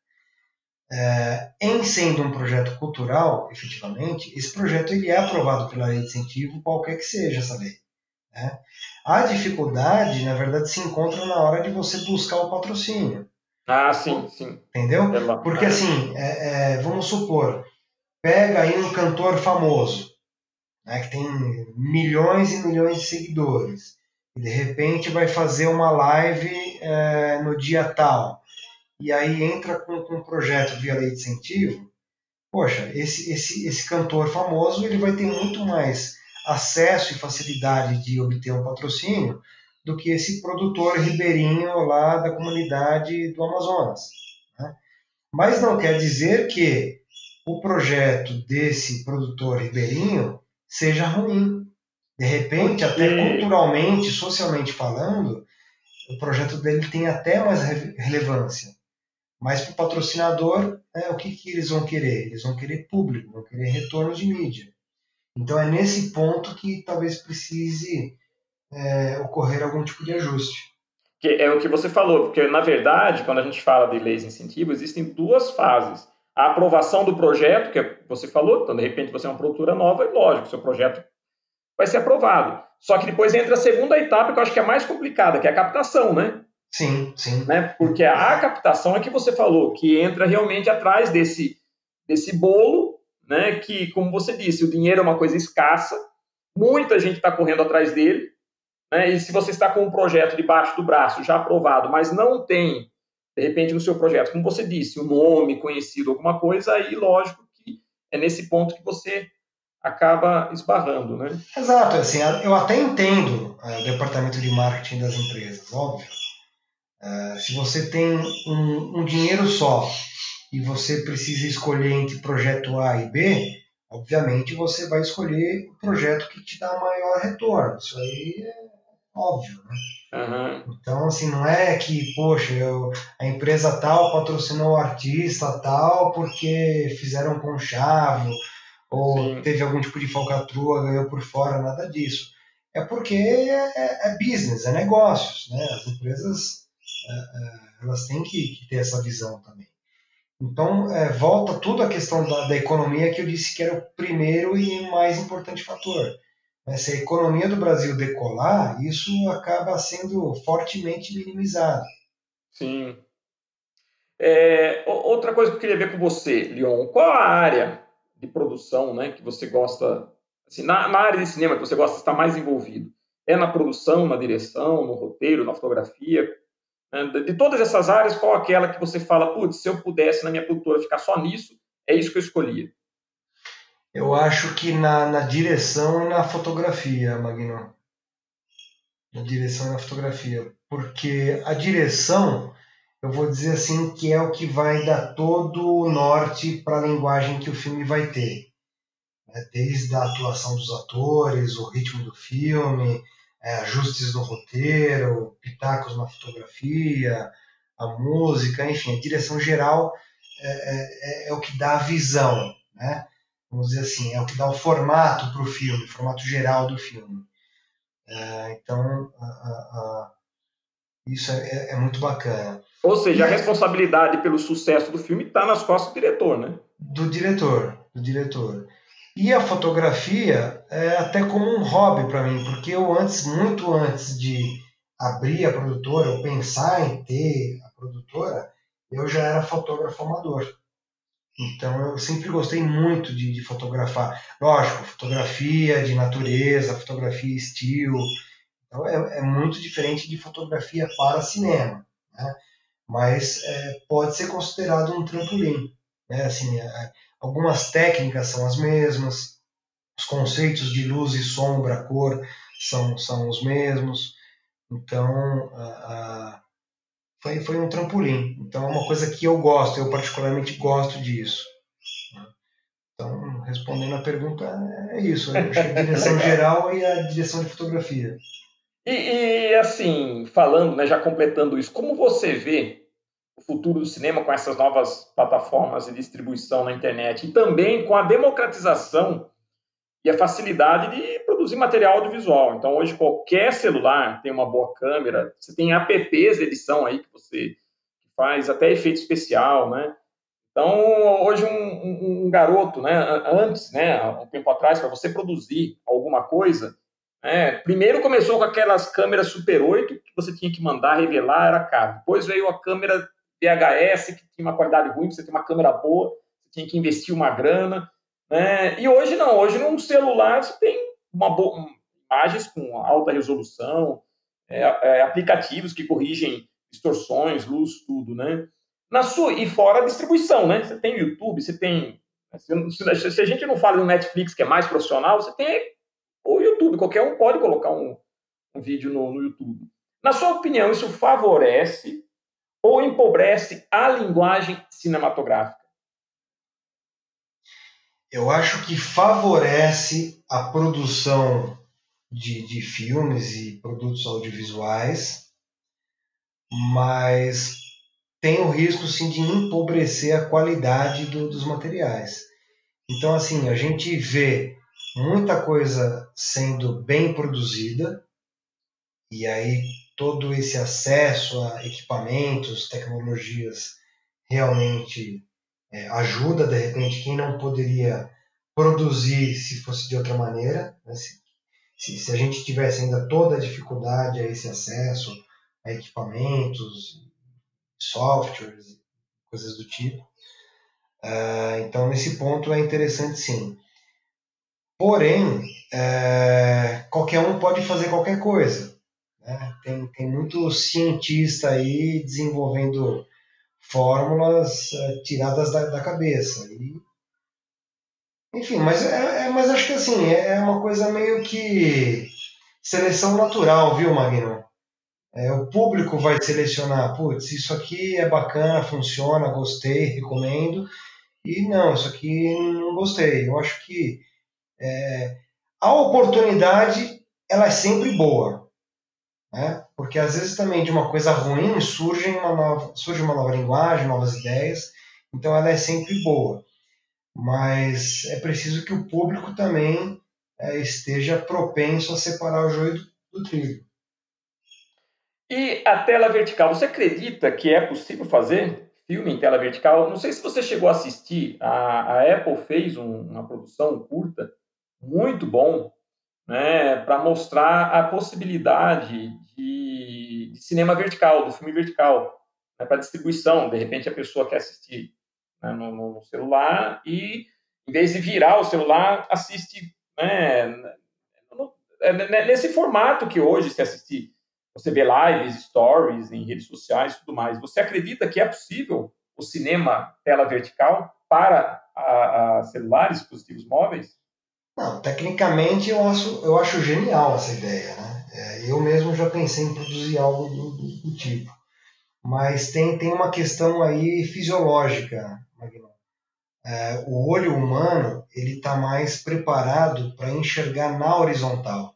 Uh, em sendo um projeto cultural, efetivamente, esse projeto ele é aprovado pela lei de incentivo, qualquer que seja essa lei. Né? A dificuldade, na verdade, se encontra na hora de você buscar o patrocínio. Ah, sim, sim. Entendeu? É lá. Porque Ah. assim, é, é, vamos supor, pega aí um cantor famoso, né, que tem milhões e milhões de seguidores, e de repente vai fazer uma live é, no dia tal, e aí entra com, com um projeto via lei de incentivo, poxa, esse, esse, esse cantor famoso ele vai ter muito mais acesso e facilidade de obter um patrocínio do que esse produtor ribeirinho lá da comunidade do Amazonas. Né? Mas não quer dizer que o projeto desse produtor ribeirinho seja ruim. De repente, até Porque culturalmente, socialmente falando, o projeto dele tem até mais relevância. Mas para o patrocinador, é, o que, que eles vão querer? Eles vão querer público, vão querer retorno de mídia. Então é nesse ponto que talvez precise é, ocorrer algum tipo de ajuste. que é o que você falou, porque na verdade, quando a gente fala de leis de incentivo, existem duas fases. A aprovação do projeto, que é o que você falou, então de repente você é uma produtora nova, e lógico, seu projeto vai ser aprovado. Só que depois entra a segunda etapa, que eu acho que é mais complicada, que é a captação, né? Sim, sim. né? Porque a captação é que você falou, que entra realmente atrás desse, desse bolo, né? Que, como você disse, o dinheiro é uma coisa escassa, muita gente está correndo atrás dele, né? E se você está com um projeto debaixo do braço, já aprovado, mas não tem, de repente, no seu projeto, como você disse, um nome conhecido, alguma coisa, aí lógico que é nesse ponto que você acaba esbarrando, né? Exato, assim, eu até entendo é, o departamento de marketing das empresas, óbvio. Se você tem um, um dinheiro só e você precisa escolher entre projeto A e B, obviamente você vai escolher o projeto que te dá maior retorno. Isso aí é óbvio, né? Aham. Então, assim, não é que, poxa, eu, a empresa tal patrocinou o artista tal porque fizeram um conchavo ou Sim, teve algum tipo de falcatrua, ganhou por fora, nada disso. É porque é, é business, é negócios, né? As empresas, elas têm que, que ter essa visão também. Então, é, volta tudo à questão da, da economia que eu disse que era o primeiro e mais importante fator. Né? Se a economia do Brasil decolar, isso acaba sendo fortemente minimizado. sim. É, o- outra coisa que eu queria ver com você, Leon, qual a área de produção, né, que você gosta, assim, na, na área de cinema que você gosta de estar mais envolvido? É na produção, na direção, no roteiro, na fotografia? Né? De, de todas essas áreas, qual aquela que você fala, putz, se eu pudesse na minha produtora ficar só nisso, é isso que eu escolhia? Eu acho que na, na direção e na fotografia, Magno. Na direção e na fotografia. Porque a direção, eu vou dizer assim, que é o que vai dar todo o norte para a linguagem que o filme vai ter. Né? Desde a atuação dos atores, o ritmo do filme, é, ajustes no roteiro, pitacos na fotografia, a música, enfim, a direção geral é, é, é o que dá a visão, né? Vamos dizer assim, é o que dá o formato para o filme, o formato geral do filme. É, então, a, a, a, isso é, é, muito bacana. Ou seja, E a é responsabilidade pelo sucesso do filme está nas costas do diretor, né? do diretor, do diretor. E a fotografia é até como um hobby para mim, porque eu antes, muito antes de abrir a produtora, ou pensar em ter a produtora, eu já era fotógrafo amador. Então eu sempre gostei muito de, de fotografar. Lógico, fotografia de natureza, fotografia estilo. Então é, é muito diferente de fotografia para cinema, né? Mas é, pode ser considerado um trampolim. Né? Assim, é, algumas técnicas são as mesmas, os conceitos de luz e sombra, cor são, são os mesmos. Então, a, a, foi, foi um trampolim. Então, é uma coisa que eu gosto, eu particularmente gosto disso. Então, respondendo a pergunta, é isso. Eu acho que a direção Legal. geral e a direção de fotografia. E, e, assim, falando, né, já completando isso, como você vê o futuro do cinema com essas novas plataformas de distribuição na internet e também com a democratização e a facilidade de produzir material audiovisual? Então, hoje, qualquer celular tem uma boa câmera, você tem apps de edição aí que você faz até efeito especial, né? Então, hoje, um, um, um garoto, né, antes, né, um tempo atrás, para você produzir alguma coisa, né, primeiro começou com aquelas câmeras Super oito que você tinha que mandar revelar, era caro. Depois veio a câmera V H S, que tinha uma qualidade ruim, você tem uma câmera boa, você tinha que investir uma grana. Né? E hoje não, hoje num celular você tem uma boa, imagens com alta resolução, é, é, aplicativos que corrigem distorções, luz, tudo, né? Na sua, e fora a distribuição, né? Você tem o YouTube, você tem. Se, se a gente não fala do Netflix, que é mais profissional, você tem o YouTube. Qualquer um pode colocar um, um vídeo no, no YouTube. Na sua opinião, isso favorece ou empobrece a linguagem cinematográfica? Eu acho que favorece a produção de, de filmes e produtos audiovisuais, mas tem o risco sim de empobrecer a qualidade do, dos materiais. Então, assim, a gente vê muita coisa sendo bem produzida, e aí todo esse acesso a equipamentos, tecnologias realmente é, ajuda, de repente, quem não poderia produzir se fosse de outra maneira, né? se, se, se a gente tivesse ainda toda a dificuldade a esse acesso a equipamentos, softwares, coisas do tipo. Uh, então, nesse ponto é interessante sim. Porém, é, qualquer um pode fazer qualquer coisa. Né? Tem, tem muito cientista aí desenvolvendo fórmulas é, tiradas da, da cabeça. E, enfim, mas, é, é, mas acho que assim, é, é uma coisa meio que seleção natural, viu, Magno? É, o público vai selecionar, putz, isso aqui é bacana, funciona, gostei, recomendo, e não, isso aqui não gostei. Eu acho que a oportunidade ela é sempre boa, né? Porque às vezes também de uma coisa ruim surge uma nova, surge uma nova linguagem, novas ideias, então ela é sempre boa. Mas é preciso que o público também é, esteja propenso a separar o joio do, do trigo. E a tela vertical, você acredita que é possível fazer filme em tela vertical? Não sei se você chegou a assistir, a, a Apple fez um, uma produção curta muito bom, né, para mostrar a possibilidade de, de cinema vertical, do filme vertical, né, para distribuição. De repente a pessoa quer assistir, né, no, no celular e, em vez de virar o celular, assiste, né, no- é, né, nesse formato que hoje se assistir. Você vê lives, stories em redes sociais e tudo mais. Você acredita que é possível o cinema tela vertical para a, a celulares, dispositivos móveis? Não, tecnicamente eu acho, eu acho genial essa ideia, né? É, eu mesmo já pensei em produzir algo do, do- do tipo. Mas tem, tem uma questão aí fisiológica, Magno. É, o olho humano ele está mais preparado para enxergar na horizontal,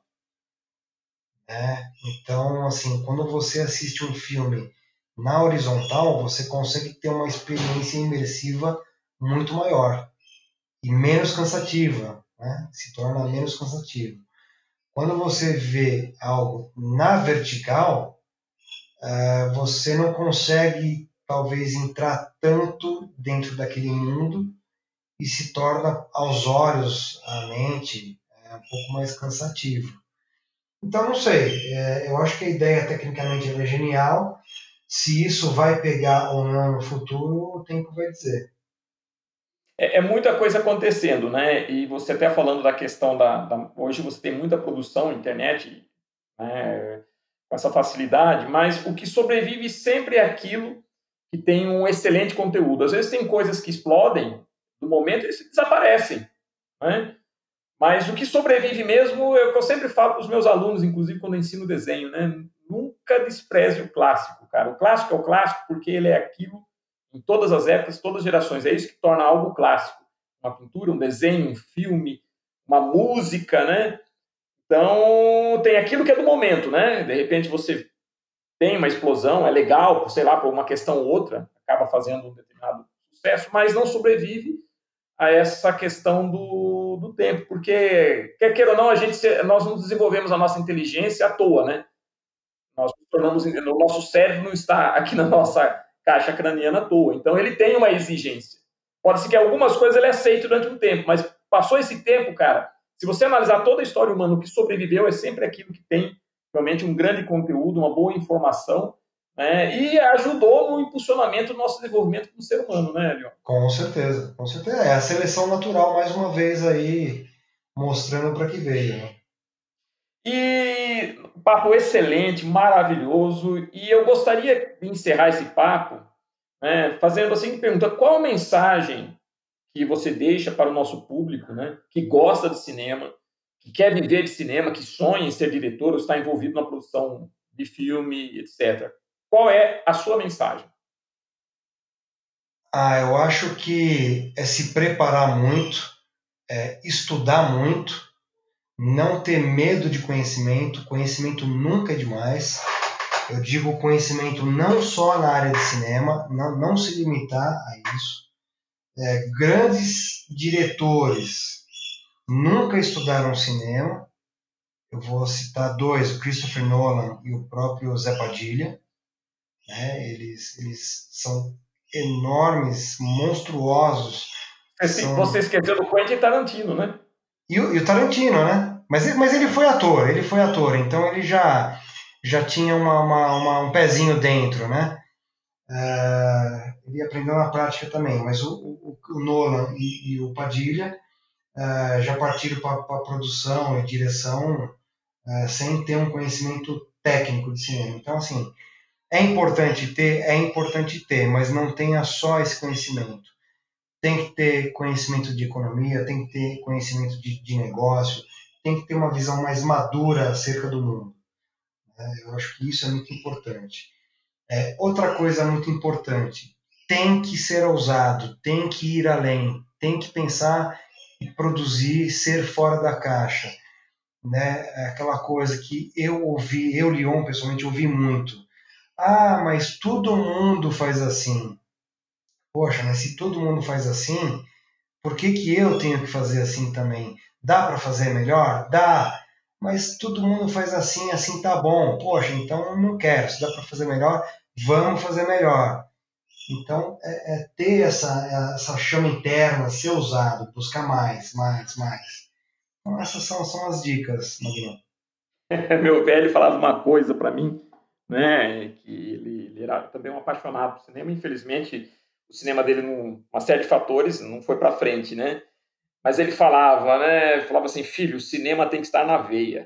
né? Então, assim, quando você assiste um filme na horizontal, você consegue ter uma experiência imersiva muito maior e menos cansativa, né? Se torna menos cansativa. Quando você vê algo na vertical, eh, você não consegue talvez entrar tanto dentro daquele mundo e se torna aos olhos, à mente, é um pouco mais cansativo. Então, não sei, é, eu acho que a ideia tecnicamente é genial. Se isso vai pegar ou não no futuro, o tempo vai dizer. É, é muita coisa acontecendo, né? E você até falando da questão da, da hoje você tem muita produção na internet, né, com essa facilidade, mas o que sobrevive sempre é aquilo que tem um excelente conteúdo. Às vezes tem coisas que explodem, no momento eles desaparecem, né? Mas o que sobrevive mesmo é o que eu sempre falo para os meus alunos, inclusive quando eu ensino desenho, né? Nunca despreze o clássico, cara. O clássico é o clássico porque ele é aquilo em todas as épocas, todas as gerações. É isso que torna algo clássico. Uma pintura, um desenho, um filme, uma música, né? Então, tem aquilo que é do momento, né? De repente você tem uma explosão, é legal, sei lá, por uma questão ou outra, acaba fazendo um determinado sucesso, mas não sobrevive a essa questão do, do tempo, porque, quer queira ou não, a gente, nós não desenvolvemos a nossa inteligência à toa, né? Nós tornamos, o nosso cérebro não está aqui na nossa caixa craniana à toa, então ele tem uma exigência. Pode ser que algumas coisas ele aceite durante um tempo, mas passou esse tempo, cara, se você analisar toda a história humana, o que sobreviveu é sempre aquilo que tem realmente um grande conteúdo, uma boa informação, né? E ajudou no impulsionamento do nosso desenvolvimento como ser humano, né, Leon? Com certeza, com certeza. É a seleção natural, mais uma vez aí, mostrando para que veio, né? E papo excelente, maravilhoso. E eu gostaria de encerrar esse papo, né, fazendo assim pergunta: qual mensagem que você deixa para o nosso público, né, que gosta de cinema, que quer viver de cinema, que sonha em ser diretor ou está envolvido na produção de filme, etcétera. Qual é a sua mensagem? Ah, eu acho que é se preparar muito, é estudar muito, não ter medo de conhecimento. Conhecimento nunca é demais. Eu digo conhecimento não só na área de cinema, não, não se limitar a isso. É, grandes diretores nunca estudaram cinema. Eu vou citar dois, o Christopher Nolan e o próprio Zé Padilha. Né? Eles, eles são enormes, monstruosos. Você São... esqueceu do Quentin Tarantino, né? E, o, e o Tarantino, né? Mas, mas ele foi ator, ele foi ator, então ele já, já tinha uma, uma, uma, um pezinho dentro, né? Uh, ele aprendeu na prática também, mas o, o, o Nolan e, e, o Padilha uh, já partiram para a produção e direção uh, sem ter um conhecimento técnico de cinema. Então, assim, é importante ter, é importante ter, mas não tenha só esse conhecimento. Tem que ter conhecimento de economia, tem que ter conhecimento de, de negócio, tem que ter uma visão mais madura acerca do mundo. Eu acho que isso é muito importante. É, outra coisa muito importante, tem que ser ousado, tem que ir além, tem que pensar e produzir, ser fora da caixa. Né? É aquela coisa que eu ouvi, eu, Leon, pessoalmente, ouvi muito. Ah, mas todo mundo faz assim. Poxa, mas se todo mundo faz assim, por que, que eu tenho que fazer assim também? Dá para fazer melhor? Dá. Mas todo mundo faz assim, assim tá bom. Poxa, então eu não quero. Se dá para fazer melhor, vamos fazer melhor. Então, é, é ter essa, essa chama interna, ser ousado, buscar mais, mais, mais. Então, essas são, são as dicas, Magno. Meu velho falava uma coisa para mim, né, que ele, ele era também um apaixonado por cinema. Infelizmente, o cinema dele, num, uma série de fatores, não foi para frente, né? Mas ele falava, né, falava assim, filho, o cinema tem que estar na veia.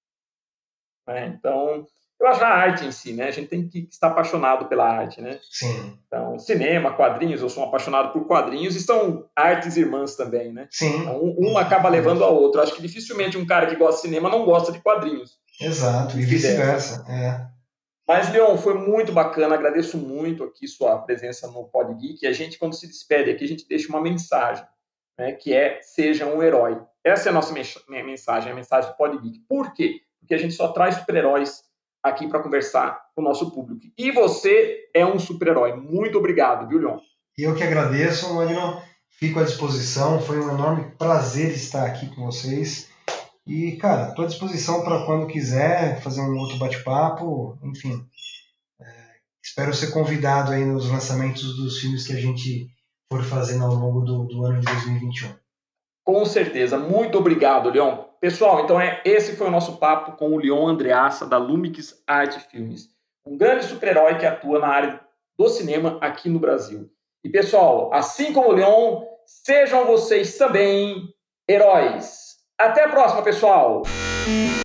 Né? Então, eu acho a arte em si, né? A gente tem que estar apaixonado pela arte, né? Sim. Então, cinema, quadrinhos, eu sou um apaixonado por quadrinhos, e são artes irmãs também, né? Sim. Então, um, um acaba levando ao outro. Eu acho que dificilmente um cara que gosta de cinema não gosta de quadrinhos. Exato, e vice-versa. É. Mas, Leon, foi muito bacana, agradeço muito aqui sua presença no Pod Geek. E a gente, quando se despede aqui, a gente deixa uma mensagem, né, que é, seja um herói. Essa é a nossa mensagem, a mensagem do Pod Geek. Por quê? Porque a gente só traz super-heróis aqui para conversar com o nosso público. E você é um super-herói. Muito obrigado, viu, Leon? Eu que agradeço, Magno. Fico à disposição. Foi um enorme prazer estar aqui com vocês. E, cara, estou à disposição para quando quiser fazer um outro bate-papo. Enfim, é, espero ser convidado aí nos lançamentos dos filmes que a gente for fazendo ao longo do, do ano de dois mil e vinte e um. Com certeza. Muito obrigado, Leon. Pessoal, então é, esse foi o nosso papo com o Leon Andreassa, da Lumix Art Filmes. Um grande super-herói que atua na área do cinema aqui no Brasil. E, pessoal, assim como o Leon, sejam vocês também heróis. Até a próxima, pessoal!